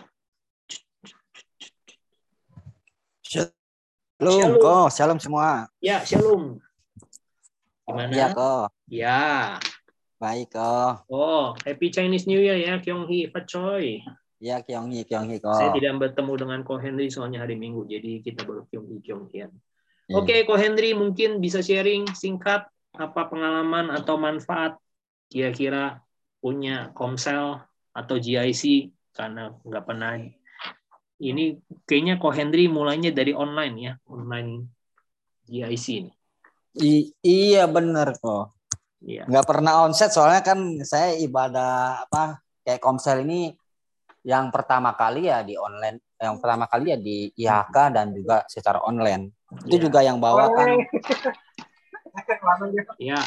Shalom, Ko. Shalom semua. Ya, shalom. Gimana? Ya, Ko. Ya. Baik, Ko. Oh, Happy Chinese New Year ya, Kyung Hee, Pak Choi. Ya, Kyung Hee, Kyung Hee, Ko. Saya tidak bertemu dengan Ko Henry soalnya hari Minggu, jadi kita baru Kyung Hee, Kyung Hee. Hmm. Oke, Ko Henry mungkin bisa sharing singkat apa pengalaman atau manfaat kira-kira punya Komsel atau G I C karena nggak pernah. Ini kayaknya Ko Henry mulainya dari online ya, online G I C ini. I iya benar, Ko. Iya. Nggak pernah onset soalnya kan saya ibadah apa kayak Komsel ini yang pertama kali ya di online, yang pertama kali ya di I H K dan juga secara online. Itu ya. Juga yang bawakan. Ya.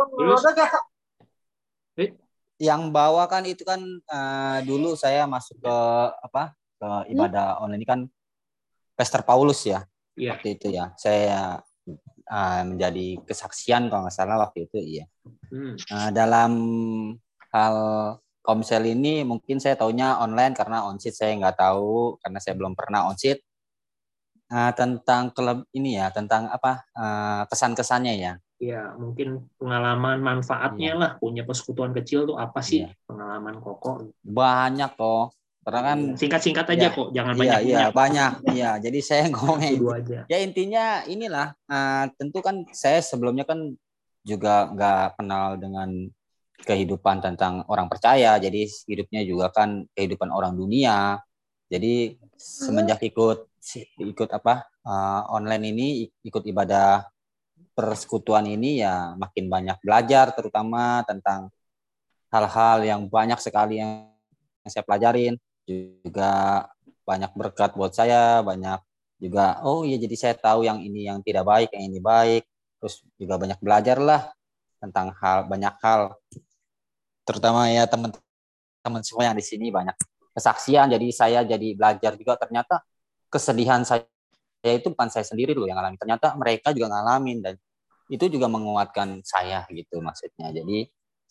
Yang bawakan itu kan uh, dulu saya masuk ke apa ke ibadah online ini kan Pastor Paulus ya. Ya. Waktu itu ya saya Uh, menjadi kesaksian kalau nggak salah waktu itu iya. Hmm. Uh, dalam hal Komsel ini mungkin saya taunya online karena onsit saya nggak tahu karena saya belum pernah onsit. Uh, tentang keleb ini ya tentang apa uh, kesan-kesannya ya. Ya mungkin pengalaman manfaatnya iya. Lah punya persekutuan kecil tuh apa sih iya. Pengalaman Koko? Banyak kok. Karena kan singkat-singkat aja ya, kok, jangan iya, banyak. Iya, banyak. Iya, jadi saya ngomongnya aja. Ya intinya inilah, uh, tentu kan saya sebelumnya kan juga nggak kenal dengan kehidupan tentang orang percaya, jadi hidupnya juga kan kehidupan orang dunia. Jadi semenjak ikut ikut apa uh, online ini, ikut ibadah persekutuan ini ya makin banyak belajar, terutama tentang hal-hal yang banyak sekali yang saya pelajarin. Juga banyak berkat buat saya, banyak juga oh iya jadi saya tahu yang ini yang tidak baik, yang ini baik, terus juga banyak belajar lah tentang hal banyak hal, terutama ya teman-teman semua yang di sini banyak kesaksian, jadi saya jadi belajar juga ternyata kesedihan saya itu bukan saya sendiri loh yang ngalamin, ternyata mereka juga ngalamin dan itu juga menguatkan saya gitu maksudnya. Jadi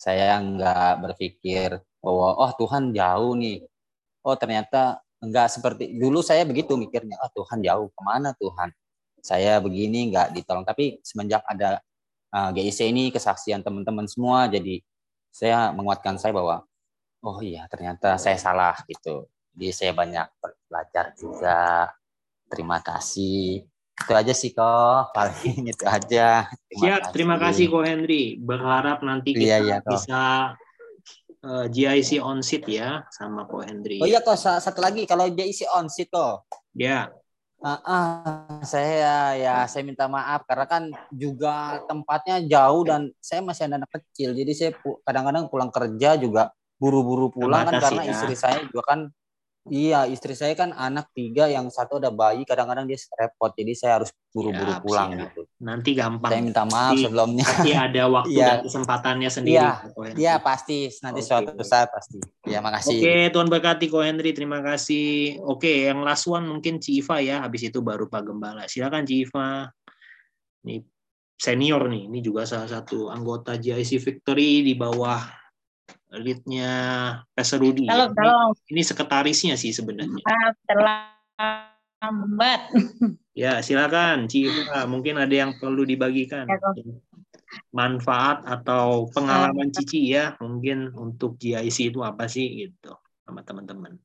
Saya nggak berpikir bahwa oh Tuhan jauh nih. Oh ternyata nggak seperti dulu saya begitu mikirnya. Oh Tuhan jauh, kemana Tuhan? Saya begini nggak ditolong. Tapi semenjak ada uh, G I C ini, kesaksian teman-teman semua, jadi saya menguatkan saya bahwa oh iya ternyata saya salah gitu. Jadi saya banyak belajar juga. Terima kasih. Itu aja sih kok, paling itu aja. Terima Siap, kasih. terima kasih Ko Henry. Berharap nanti kita Iya, iya, Ko. bisa uh, G I C on seat ya sama Ko Henry. Oh iya kok, satu lagi kalau G I C on seat kok. Ya. Uh, uh, saya ya saya minta maaf karena kan juga tempatnya jauh dan saya masih ada anak kecil, jadi saya kadang-kadang pulang kerja juga buru-buru pulang kan karena ya. Istri saya juga kan iya istri saya kan anak tiga, yang satu ada bayi, kadang-kadang dia repot, jadi saya harus buru-buru siap, pulang siap. gitu. Nanti gampang. Saya minta maaf nanti, sebelumnya. Pasti ada waktu ya. dan kesempatannya sendiri. Iya, ya, pasti nanti okay. Suatu saat pasti. Ya makasih. Oke, okay, Tuhan berkati Ko Henry, terima kasih. Oke, okay, yang last one mungkin Ci Iva ya, habis itu baru Pak Gembala. Silakan Ci Iva. Ini senior nih, ini juga salah satu anggota G I C Victory di bawah lead-nya Pastor Rudy. Kalau, ya. kalau, ini, ini sekretarisnya sih sebenarnya. Terlambat. Ya, silakan Ci Iva, mungkin ada yang perlu dibagikan. Ya, manfaat atau pengalaman uh, Cici ya, mungkin untuk G I C itu apa sih gitu sama teman-teman.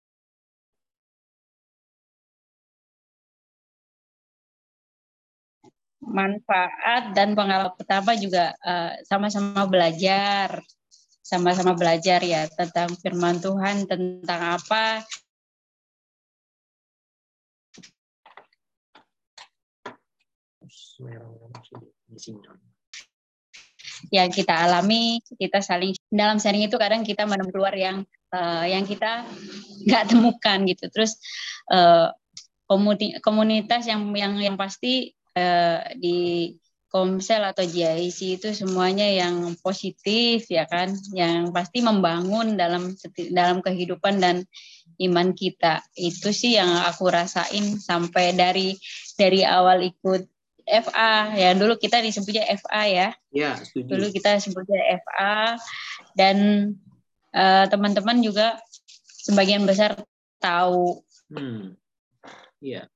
Manfaat dan pengalaman pertama juga sama-sama uh, belajar. Sama-sama belajar ya tentang firman Tuhan, tentang apa yang kita alami, kita saling dalam sharing itu kadang kita menemukan keluar yang uh, yang kita nggak temukan gitu. Terus uh, komunitas yang yang yang pasti uh, di Komsel atau G I C itu semuanya yang positif ya kan, yang pasti membangun dalam dalam kehidupan dan iman kita. Itu sih yang aku rasain sampai dari dari awal ikut F A ya, dulu kita disebutnya F A ya. Ya, setuju. Dulu kita sebutnya F A dan uh, teman-teman juga sebagian besar tahu. Hmm. Iya.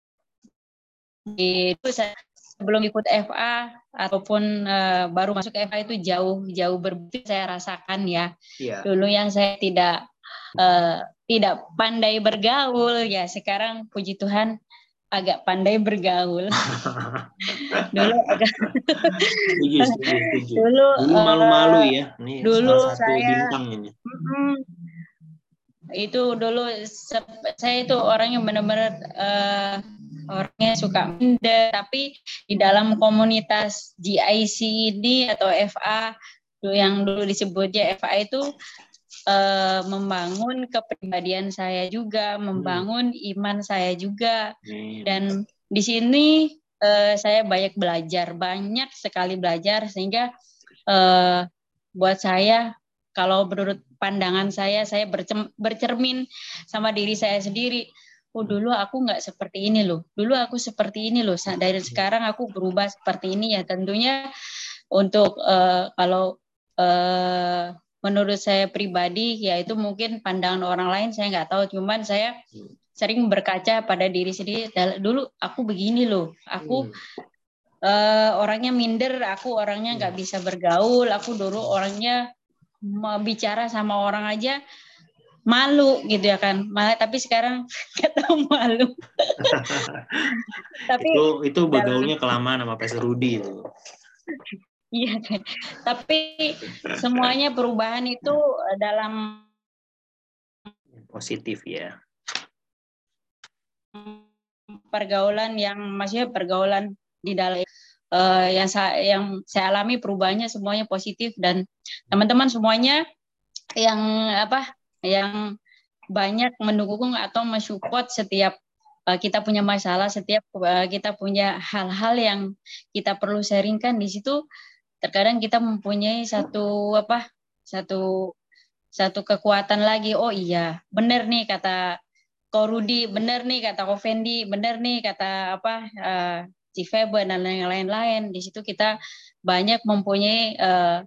Itu saya sebelum ikut F A ataupun uh, baru masuk F A itu jauh jauh berbeda saya rasakan ya. Yeah. Dulu yang saya tidak uh, tidak pandai bergaul ya, sekarang puji Tuhan agak pandai bergaul. Dulu agak setuju, setuju, setuju. Dulu, dulu malu-malu ya. Ini dulu salah satu saya bintang ini. Mm, itu dulu saya itu orang yang benar-benar uh, orangnya suka minder, tapi di dalam komunitas G I C ini atau F A yang dulu disebutnya F A itu uh, membangun kepribadian saya juga, membangun hmm. iman saya juga, hmm. dan di sini uh, saya banyak belajar, banyak sekali belajar sehingga uh, buat saya kalau menurut pandangan saya, saya bercermin sama diri saya sendiri. Oh dulu aku nggak seperti ini loh, dulu aku seperti ini loh, dari sekarang aku berubah seperti ini ya. Tentunya untuk uh, kalau uh, menurut saya pribadi ya itu mungkin pandangan orang lain saya nggak tahu, cuman saya sering berkaca pada diri sendiri. Dulu aku begini loh, aku uh, orangnya minder, aku orangnya nggak bisa bergaul, aku dulu orangnya mau bicara sama orang aja malu gitu ya kan, malah tapi sekarang nggak tahu malu. Tapi itu itu bergaulnya kelamaan sama Pastor Rudy itu. Iya, tapi semuanya perubahan itu dalam positif ya. Pergaulan yang maksudnya pergaulan di dalam uh, yang saya yang saya alami perubahannya semuanya positif, dan teman-teman semuanya yang apa yang banyak mendukung atau mensupport setiap uh, kita punya masalah, setiap uh, kita punya hal-hal yang kita perlu sharingkan di situ. Terkadang kita mempunyai satu apa satu satu kekuatan lagi. Oh iya, benar nih kata Ko Rudi, benar nih kata Ko Fendi, benar nih kata apa uh, Ci Febe dan yang lain-lain. Di situ kita banyak mempunyai uh,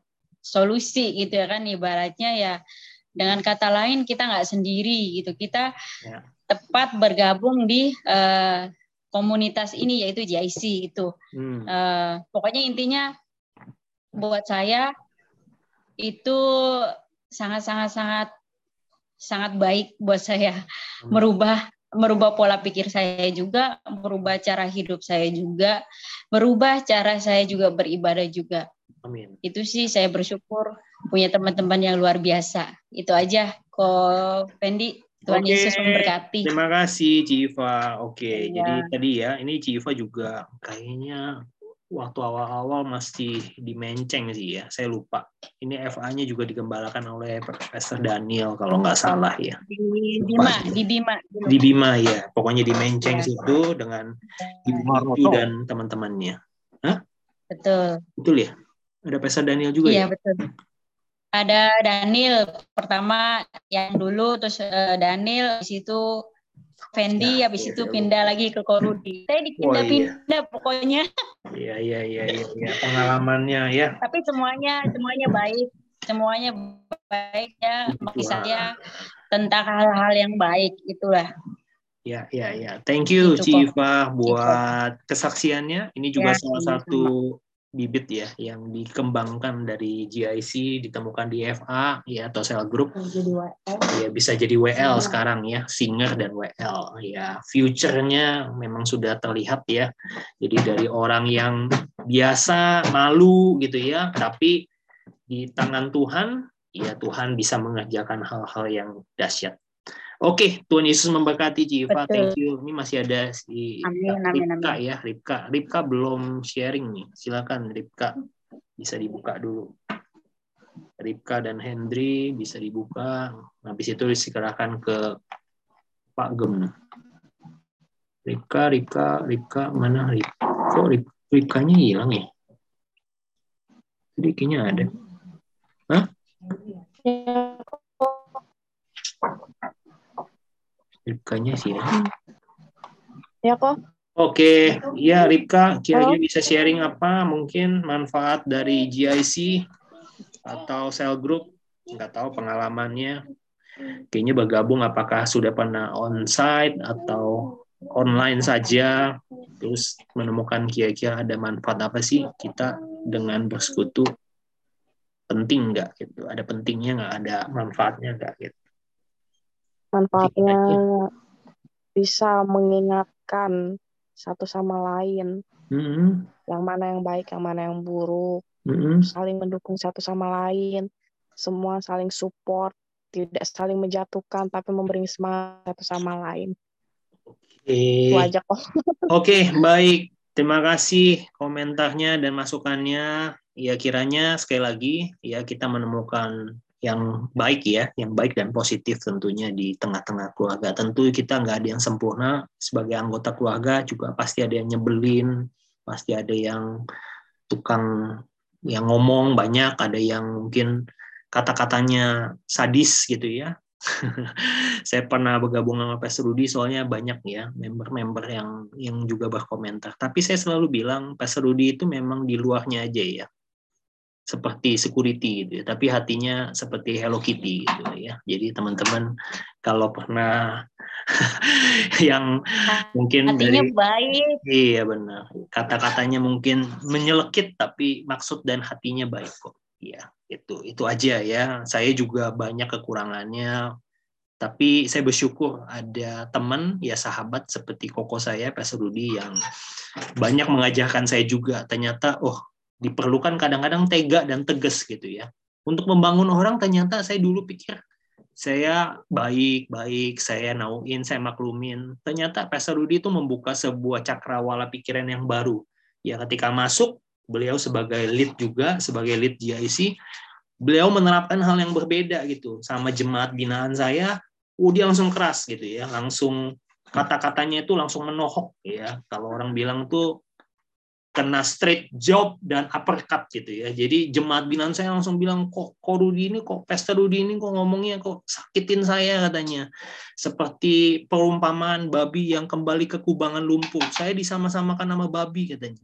solusi gitu ya kan, ibaratnya ya dengan kata lain kita nggak sendiri gitu, kita Ya. tepat bergabung di uh, komunitas ini yaitu J I C itu. Hmm. Uh, pokoknya intinya buat saya itu sangat-sangat sangat sangat baik buat saya, merubah merubah pola pikir saya juga, merubah cara hidup saya juga, merubah cara saya juga beribadah juga. Amin. Itu sih saya bersyukur punya teman-teman yang luar biasa. Itu aja kok, Fendi. Tuhan Oke, Yesus memberkati. terima kasih Civa. Oke, Iya. jadi tadi ya, ini Civa juga kayaknya waktu awal-awal masih di Menceng sih ya, saya lupa. Ini F A-nya juga digembalakan oleh Profesor Daniel kalau nggak salah ya. Di Bima, di Bima. Di Bima ya, pokoknya di Menceng Ya. situ dengan Ibu itu dan teman-temannya. Hah? Betul. Betul ya? Ada Profesor Daniel juga Iya, ya? betul. Ada Daniel pertama yang dulu, terus uh, Daniel, habis itu Fendi, Ya, habis ya, itu ya, pindah lagi ke Korudi. Saya Oh, dipindah-pindah pokoknya. Iya, iya, iya, iya, ya. Pengalamannya ya. Tapi semuanya semuanya baik, semuanya baik ya. Bagi saya tentang hal-hal yang baik itulah. Ya, ya, ya. Thank you Gitu, Civa buat kesaksiannya. Ini juga Ya, salah sama-sama. satu bibit ya yang dikembangkan dari J I C, ditemukan di F A ya atau cell group. Jadi W L. Ya bisa jadi W L sekarang ya, singer dan W L. Ya, future-nya memang sudah terlihat ya. Jadi dari orang yang biasa malu gitu ya, tapi di tangan Tuhan, ya Tuhan bisa mengerjakan hal-hal yang dahsyat. Oke, Tuhan Yesus memberkati Civa. Betul. Thank you. Ini masih ada si Amin, amin, Ripka amin. ya, Ripka. Ripka belum sharing nih. Silakan Ripka. Bisa dibuka dulu. Ripka dan Hendry bisa dibuka. Habis itu diserahkan ke Pak Gem. Ripka, Ripka, Ripka mana Ripka? Kok Rip, Ripkanya hilang ya? Jadi kayaknya ada. Hah? Ripkanya sih ya. Ya kok. Oke, ya Ripka, kira-kira bisa sharing apa mungkin manfaat dari J I C atau cell group? Nggak tahu pengalamannya. Kayaknya bergabung apakah sudah pernah on-site atau online saja, terus menemukan kira-kira ada manfaat apa sih kita dengan bersekutu? Penting nggak gitu? Ada pentingnya nggak? Ada manfaatnya nggak gitu? Manfaatnya bisa mengingatkan satu sama lain, Mm-hmm. yang mana yang baik, yang mana yang buruk, Mm-hmm. saling mendukung satu sama lain, semua saling support, tidak saling menjatuhkan, tapi memberi semangat satu sama lain. Itu Oke, aja kok. Oke, baik. Terima kasih komentarnya dan masukannya. Ya kiranya sekali lagi ya kita menemukan yang baik ya, yang baik dan positif tentunya di tengah-tengah keluarga. Tentu kita nggak ada yang sempurna, sebagai anggota keluarga juga pasti ada yang nyebelin, pasti ada yang tukang yang ngomong banyak, ada yang mungkin kata-katanya sadis gitu ya. Saya pernah bergabung sama Pastor Rudy, soalnya banyak ya member-member yang yang juga berkomentar. Tapi saya selalu bilang Pastor Rudy itu memang di luarnya aja ya, seperti security gitu ya, tapi hatinya seperti Hello Kitty gitu ya. Jadi teman-teman kalau pernah yang mungkin Hatinya dari baik. iya benar, kata-katanya mungkin menyelekit tapi maksud dan hatinya baik kok. Iya, itu itu aja ya. Saya juga banyak kekurangannya, tapi saya bersyukur ada teman ya, sahabat seperti koko saya Pastor Rudy yang banyak mengajarkan saya juga. Ternyata oh diperlukan kadang-kadang tega dan tegas gitu ya. Untuk membangun orang ternyata saya dulu pikir saya baik-baik, saya nauin, saya maklumin. Ternyata Pastor Rudy itu membuka sebuah cakrawala pikiran yang baru. Ya ketika masuk, beliau sebagai lead juga, sebagai lead J I C, beliau menerapkan hal yang berbeda gitu. Sama jemaat binaan saya, oh dia langsung keras gitu ya, langsung kata-katanya itu langsung menohok ya. Kalau orang bilang tuh kena straight job dan uppercut gitu ya. Jadi jemaat binaan saya langsung bilang, kok, kok Rudy ini, kok Pastor Rudy ini kok ngomongnya kok sakitin saya katanya. Seperti perumpamaan babi yang kembali ke kubangan lumpur. Saya disama-samakan sama babi katanya.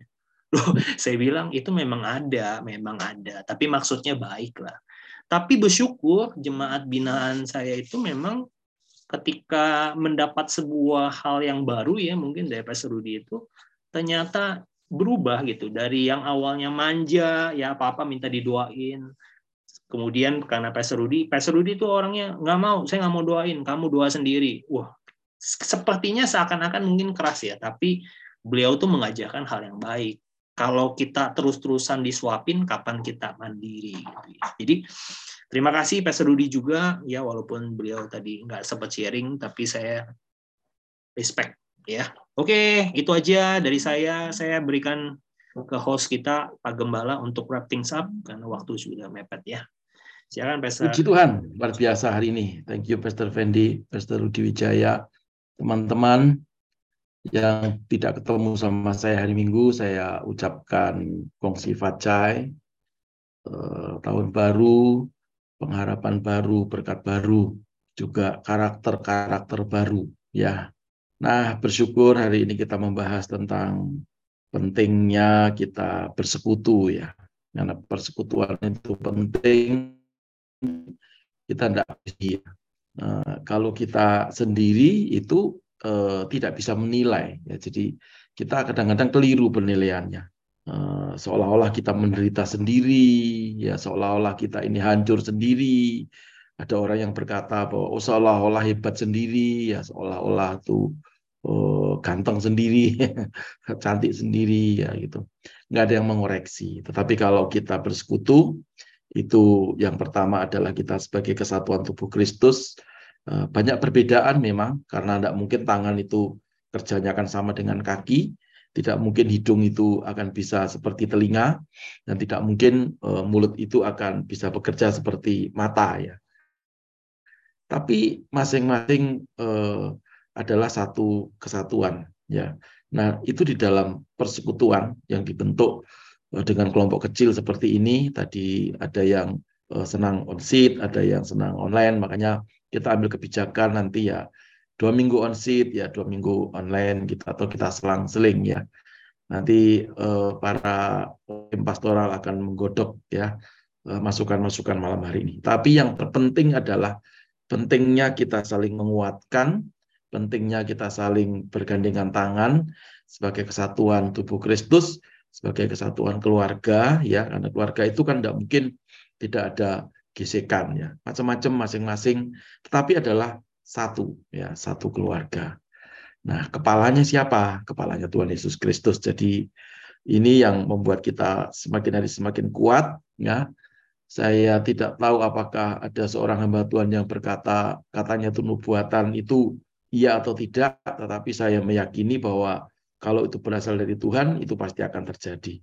Loh, saya bilang itu memang ada, memang ada, tapi maksudnya baik lah. Tapi bersyukur jemaat binaan saya itu memang ketika mendapat sebuah hal yang baru ya, mungkin dari Pastor Rudi itu ternyata berubah gitu, dari yang awalnya manja ya apa-apa minta didoain, kemudian karena Pastor Rudi Pastor Rudi itu orangnya nggak mau, saya nggak mau doain, kamu doa sendiri. Wah, sepertinya seakan-akan mungkin keras ya, tapi beliau tuh mengajarkan hal yang baik. Kalau kita terus-terusan disuapin, kapan kita mandiri gitu ya. Jadi terima kasih Pastor Rudi juga ya, walaupun beliau tadi nggak sempat sharing, tapi saya respect ya. Oke, itu aja dari saya. Saya berikan ke host kita Pak Gembala untuk wrap things up karena waktu sudah mepet ya. Silakan Pastor. Puji Tuhan, luar biasa hari ini. Thank you Pastor Fendi, Pastor Rudi Wijaya, teman-teman yang tidak ketemu sama saya hari Minggu, saya ucapkan Kongsi Facai, eh, tahun baru, pengharapan baru, berkat baru, juga karakter-karakter baru ya. Nah, bersyukur hari ini kita membahas tentang pentingnya kita bersekutu ya. Karena persekutuan itu penting, kita tidak bisa. Nah, kalau kita sendiri itu eh, tidak bisa menilai ya. Jadi kita kadang-kadang keliru penilaiannya. Uh, seolah-olah kita menderita sendiri, ya seolah-olah kita ini hancur sendiri. Ada orang yang berkata bahwa oh, seolah-olah hebat sendiri, ya seolah-olah tuh oh, ganteng sendiri, cantik sendiri, ya gitu. Nggak ada yang mengoreksi. Tetapi kalau kita bersekutu, itu yang pertama adalah kita sebagai kesatuan tubuh Kristus. Uh, banyak perbedaan memang, karena tidak mungkin tangan itu kerjanya akan sama dengan kaki. Tidak mungkin hidung itu akan bisa seperti telinga, dan tidak mungkin uh, mulut itu akan bisa bekerja seperti mata ya. Tapi masing-masing uh, adalah satu kesatuan ya. Nah, itu di dalam persekutuan yang dibentuk uh, dengan kelompok kecil seperti ini. Tadi ada yang uh, senang on-site, ada yang senang online, makanya kita ambil kebijakan nanti ya dua minggu on-site, ya dua minggu online gitu, atau kita selang-seling ya. Nanti eh, para tim pastoral akan menggodok ya masukan-masukan malam hari ini. Tapi yang terpenting adalah pentingnya kita saling menguatkan, pentingnya kita saling bergandengan tangan sebagai kesatuan tubuh Kristus, sebagai kesatuan keluarga ya. Karena keluarga itu kan tidak mungkin tidak ada gesekan ya, macam-macam masing-masing, tetapi adalah satu ya, satu keluarga. Nah, kepalanya siapa? Kepalanya Tuhan Yesus Kristus. Jadi ini yang membuat kita semakin hari semakin kuat ya. Saya tidak tahu apakah ada seorang hamba Tuhan yang berkata katanya itu nubuatan itu iya atau tidak, tetapi saya meyakini bahwa kalau itu berasal dari Tuhan itu pasti akan terjadi.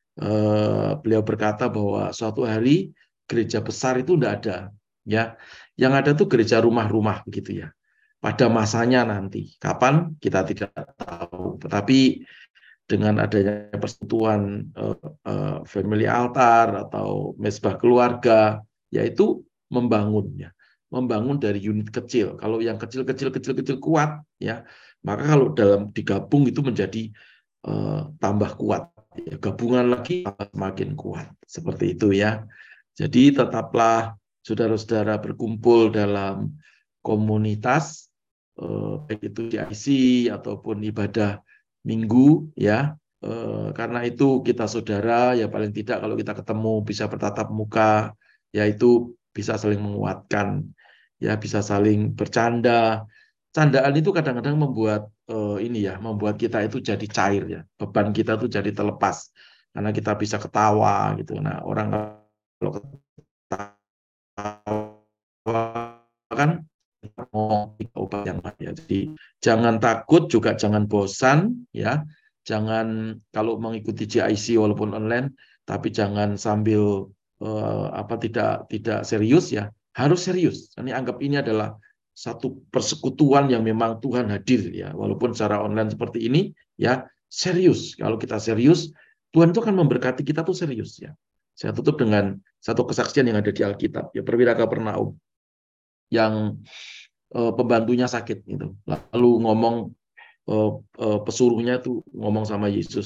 Uh, beliau berkata bahwa suatu hari gereja besar itu tidak ada ya. Yang ada tuh gereja rumah-rumah begitu ya. Pada masanya nanti, kapan kita tidak tahu. Tetapi dengan adanya persekutuan uh, uh, family altar atau mesbah keluarga, yaitu membangunnya, membangun dari unit kecil. Kalau yang kecil-kecil kecil-kecil kuat, ya, maka kalau dalam digabung itu menjadi uh, tambah kuat. Ya, gabungan lagi semakin kuat. Seperti itu ya. Jadi tetaplah saudara-saudara berkumpul dalam komunitas, baik itu di I C ataupun ibadah minggu ya, e, karena itu kita saudara ya, paling tidak kalau kita ketemu bisa bertatap muka, yaitu bisa saling menguatkan ya, bisa saling bercanda. Candaan itu kadang-kadang membuat e, ini ya, membuat kita itu jadi cair ya, beban kita itu jadi terlepas karena kita bisa ketawa gitu. Nah, orang kalau ketawa kan mau obat yang ya. Jadi jangan takut, juga jangan bosan ya. Jangan kalau mengikuti J I C walaupun online, tapi jangan sambil uh, apa tidak tidak serius ya. Harus serius. Ini anggap ini adalah satu persekutuan yang memang Tuhan hadir ya. Walaupun secara online seperti ini ya, serius. Kalau kita serius, Tuhan itu akan memberkati kita tuh serius ya. Saya tutup dengan satu kesaksian yang ada di Alkitab ya, perwira Kapernaum yang uh, pembantunya sakit gitu. Lalu ngomong uh, uh, pesuruhnya itu ngomong sama Yesus,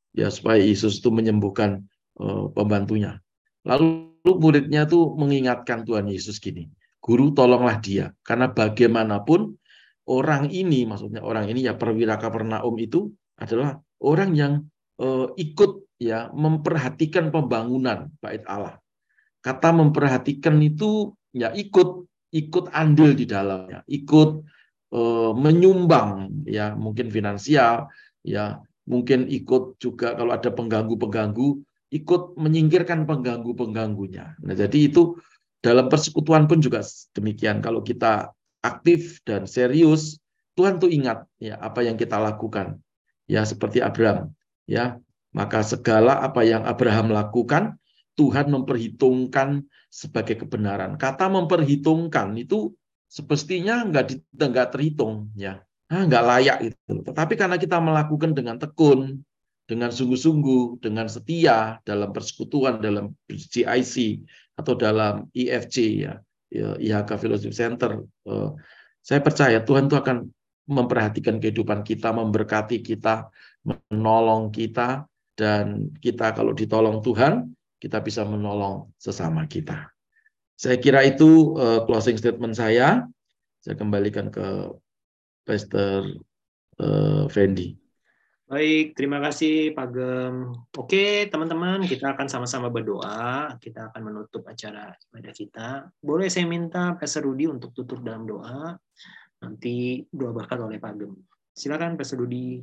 ya supaya Yesus itu menyembuhkan uh, pembantunya. Lalu muridnya tuh mengingatkan Tuhan Yesus gini, guru tolonglah dia, karena bagaimanapun orang ini, maksudnya orang ini ya perwira Kapernaum itu adalah orang yang uh, ikut ya memperhatikan pembangunan bait Allah. Kata memperhatikan itu ya ikut ikut andil di dalamnya, ikut uh, menyumbang ya mungkin finansial, ya mungkin ikut juga kalau ada pengganggu-pengganggu, ikut menyingkirkan pengganggu-pengganggunya. Nah, jadi itu dalam persekutuan pun juga demikian. Kalau kita aktif dan serius, Tuhan tuh ingat ya apa yang kita lakukan. Ya seperti Abraham, ya. Maka segala apa yang Abraham lakukan, Tuhan memperhitungkan sebagai kebenaran. Kata memperhitungkan itu semestinya nggak nggak terhitung, ya, ah, nggak layak itu. Tetapi karena kita melakukan dengan tekun, dengan sungguh-sungguh, dengan setia dalam persekutuan, dalam G I C atau dalam I F C, ya, I H K Fellowship Center, saya percaya Tuhan itu akan memperhatikan kehidupan kita, memberkati kita, menolong kita, dan kita kalau ditolong Tuhan, kita bisa menolong sesama kita. Saya kira itu uh, closing statement saya. Saya kembalikan ke Pastor uh, Fendi. Baik, terima kasih Pak Gem. Oke, teman-teman, kita akan sama-sama berdoa. Kita akan menutup acara ibadah kita. Boleh saya minta Pastor Rudi untuk tutup dalam doa. Nanti doa berkat oleh Pak Gem. Silakan Pastor Rudi.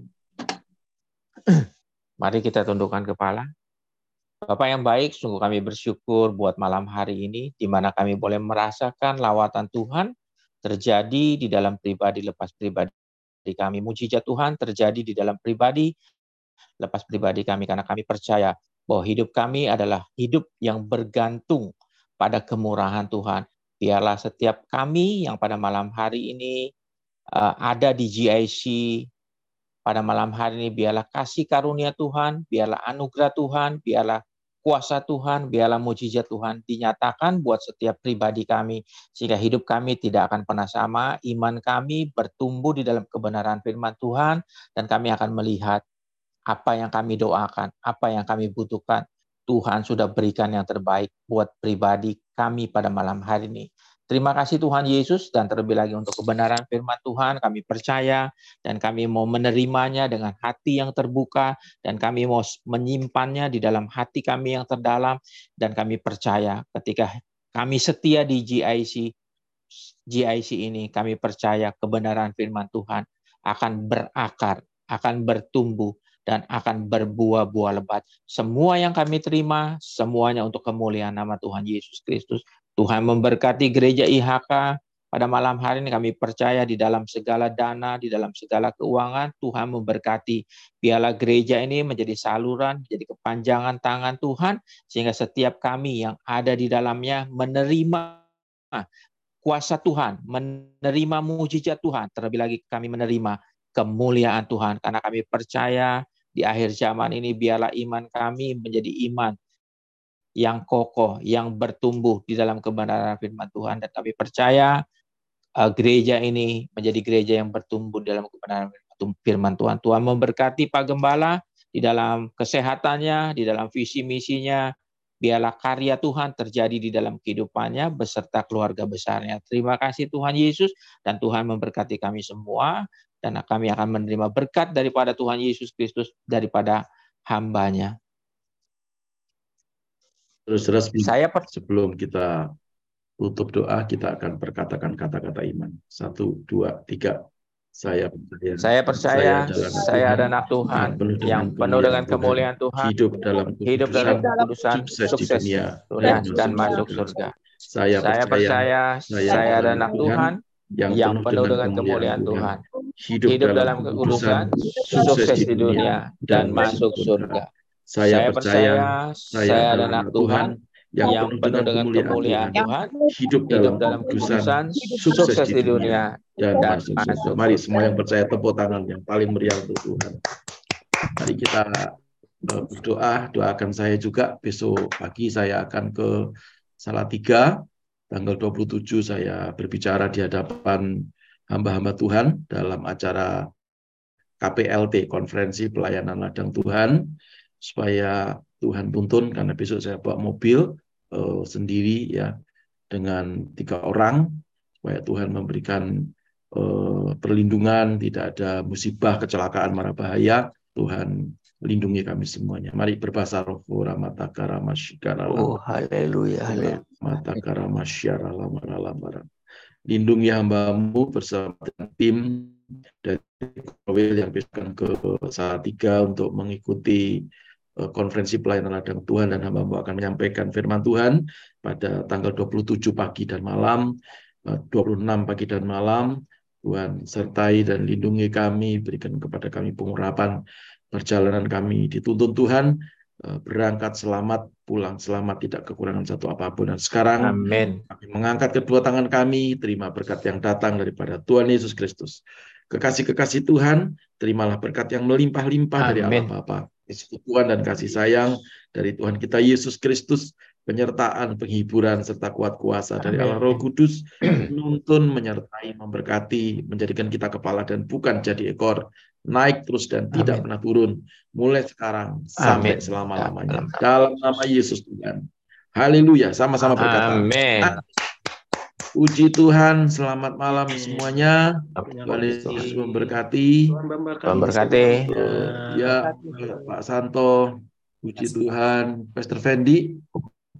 Mari kita tundukkan kepala. Bapak yang baik, sungguh kami bersyukur buat malam hari ini, di mana kami boleh merasakan lawatan Tuhan terjadi di dalam pribadi lepas pribadi kami. Mujizat Tuhan terjadi di dalam pribadi lepas pribadi kami, karena kami percaya bahwa hidup kami adalah hidup yang bergantung pada kemurahan Tuhan. Biarlah setiap kami yang pada malam hari ini uh, ada di G I C, pada malam hari ini biarlah kasih karunia Tuhan, biarlah anugerah Tuhan, biarlah kuasa Tuhan, biarlah mujizat Tuhan dinyatakan buat setiap pribadi kami, sehingga hidup kami tidak akan pernah sama, iman kami bertumbuh di dalam kebenaran firman Tuhan, dan kami akan melihat apa yang kami doakan, apa yang kami butuhkan. Tuhan sudah berikan yang terbaik buat pribadi kami pada malam hari ini. Terima kasih Tuhan Yesus, dan terlebih lagi untuk kebenaran firman Tuhan, kami percaya dan kami mau menerimanya dengan hati yang terbuka, dan kami mau menyimpannya di dalam hati kami yang terdalam, dan kami percaya ketika kami setia di G I C, G I C ini, kami percaya kebenaran firman Tuhan akan berakar, akan bertumbuh, dan akan berbuah-buah lebat. Semua yang kami terima, semuanya untuk kemuliaan nama Tuhan Yesus Kristus. Tuhan memberkati gereja I H K pada malam hari ini. Kami percaya di dalam segala dana, di dalam segala keuangan, Tuhan memberkati. Biarlah gereja ini menjadi saluran, menjadi kepanjangan tangan Tuhan, sehingga setiap kami yang ada di dalamnya menerima kuasa Tuhan, menerima mujizat Tuhan, terlebih lagi kami menerima kemuliaan Tuhan, karena kami percaya di akhir zaman ini biarlah iman kami menjadi iman yang kokoh, yang bertumbuh di dalam kebenaran firman Tuhan. Dan kami percaya uh, gereja ini menjadi gereja yang bertumbuh dalam kebenaran firman Tuhan. Tuhan memberkati Pak Gembala di dalam kesehatannya, di dalam visi misinya. Biarlah karya Tuhan terjadi di dalam kehidupannya beserta keluarga besarnya. Terima kasih Tuhan Yesus, dan Tuhan memberkati kami semua, dan kami akan menerima berkat daripada Tuhan Yesus Kristus, daripada hamba-Nya. Terus terus saya sebelum kita tutup doa, kita akan berkatakan kata-kata iman. Satu, dua, tiga. Saya percaya. Saya percaya. Saya, saya adalah anak Tuhan, Tuhan yang penuh dengan kemuliaan Tuhan. Hidup dalam hidup dalam kekudusan, sukses, sukses di dunia, dan, dan masuk surga. Saya, saya percaya. Saya, saya adalah anak Tuhan yang, yang penuh dengan kemuliaan Tuhan. Hidup, hidup dalam kekudusan, sukses di dunia, dan masuk surga. Saya, saya percaya, saya, saya adalah anak Tuhan yang, yang penuh dengan kemuliaan Tuhan, hidup dalam, dalam kekudusan, sukses di dunia, dan, dan masuk surga. Mari semua yang percaya tepuk tangan yang paling meriah untuk Tuhan. Mari kita berdoa, doakan saya juga. Besok pagi saya akan ke Salatiga, tanggal dua puluh tujuh saya berbicara di hadapan hamba-hamba Tuhan dalam acara K P L T, Konferensi Pelayanan Ladang Tuhan. supaya Tuhan tuntun, karena besok saya bawa mobil uh, sendiri ya dengan tiga orang, supaya Tuhan memberikan uh, perlindungan, tidak ada musibah, kecelakaan, mara bahaya. Tuhan lindungi kami semuanya. Mari berbahasa roh. Ramataka Ramashikara. Oh, haleluya, haleluya. Ramataka Ramasyara Lamara Lamara. Lindungi hamba-Mu bersama dengan tim dari Kowil yang besok ke Salatiga untuk mengikuti konferensi pelayanan ladang Tuhan, dan hamba-Mu akan menyampaikan firman Tuhan pada tanggal dua puluh tujuh pagi dan malam, dua puluh enam pagi dan malam. Tuhan sertai dan lindungi kami, berikan kepada kami pengurapan perjalanan kami, dituntun Tuhan, berangkat selamat, pulang selamat, tidak kekurangan satu apapun. Dan sekarang Amin. Kami mengangkat kedua tangan kami, terima berkat yang datang daripada Tuhan Yesus Kristus. Kekasih-kekasih Tuhan, terimalah berkat yang melimpah-limpah dari Allah Bapa, persekutuan dan kasih sayang dari Tuhan kita Yesus Kristus, penyertaan, penghiburan, serta kuat kuasa dari Allah Roh Kudus, menuntun, menyertai, memberkati, menjadikan kita kepala dan bukan jadi ekor, naik terus dan tidak pernah turun, mulai sekarang sampai selama-lamanya. Dalam nama Yesus Tuhan. Haleluya, sama-sama berkata. Amin. Puji Tuhan, selamat malam semuanya. Tuhan Yesus memberkati. Tuhan memberkati. Ya, Pak Santo, puji Tuhan. Pastor Fendi.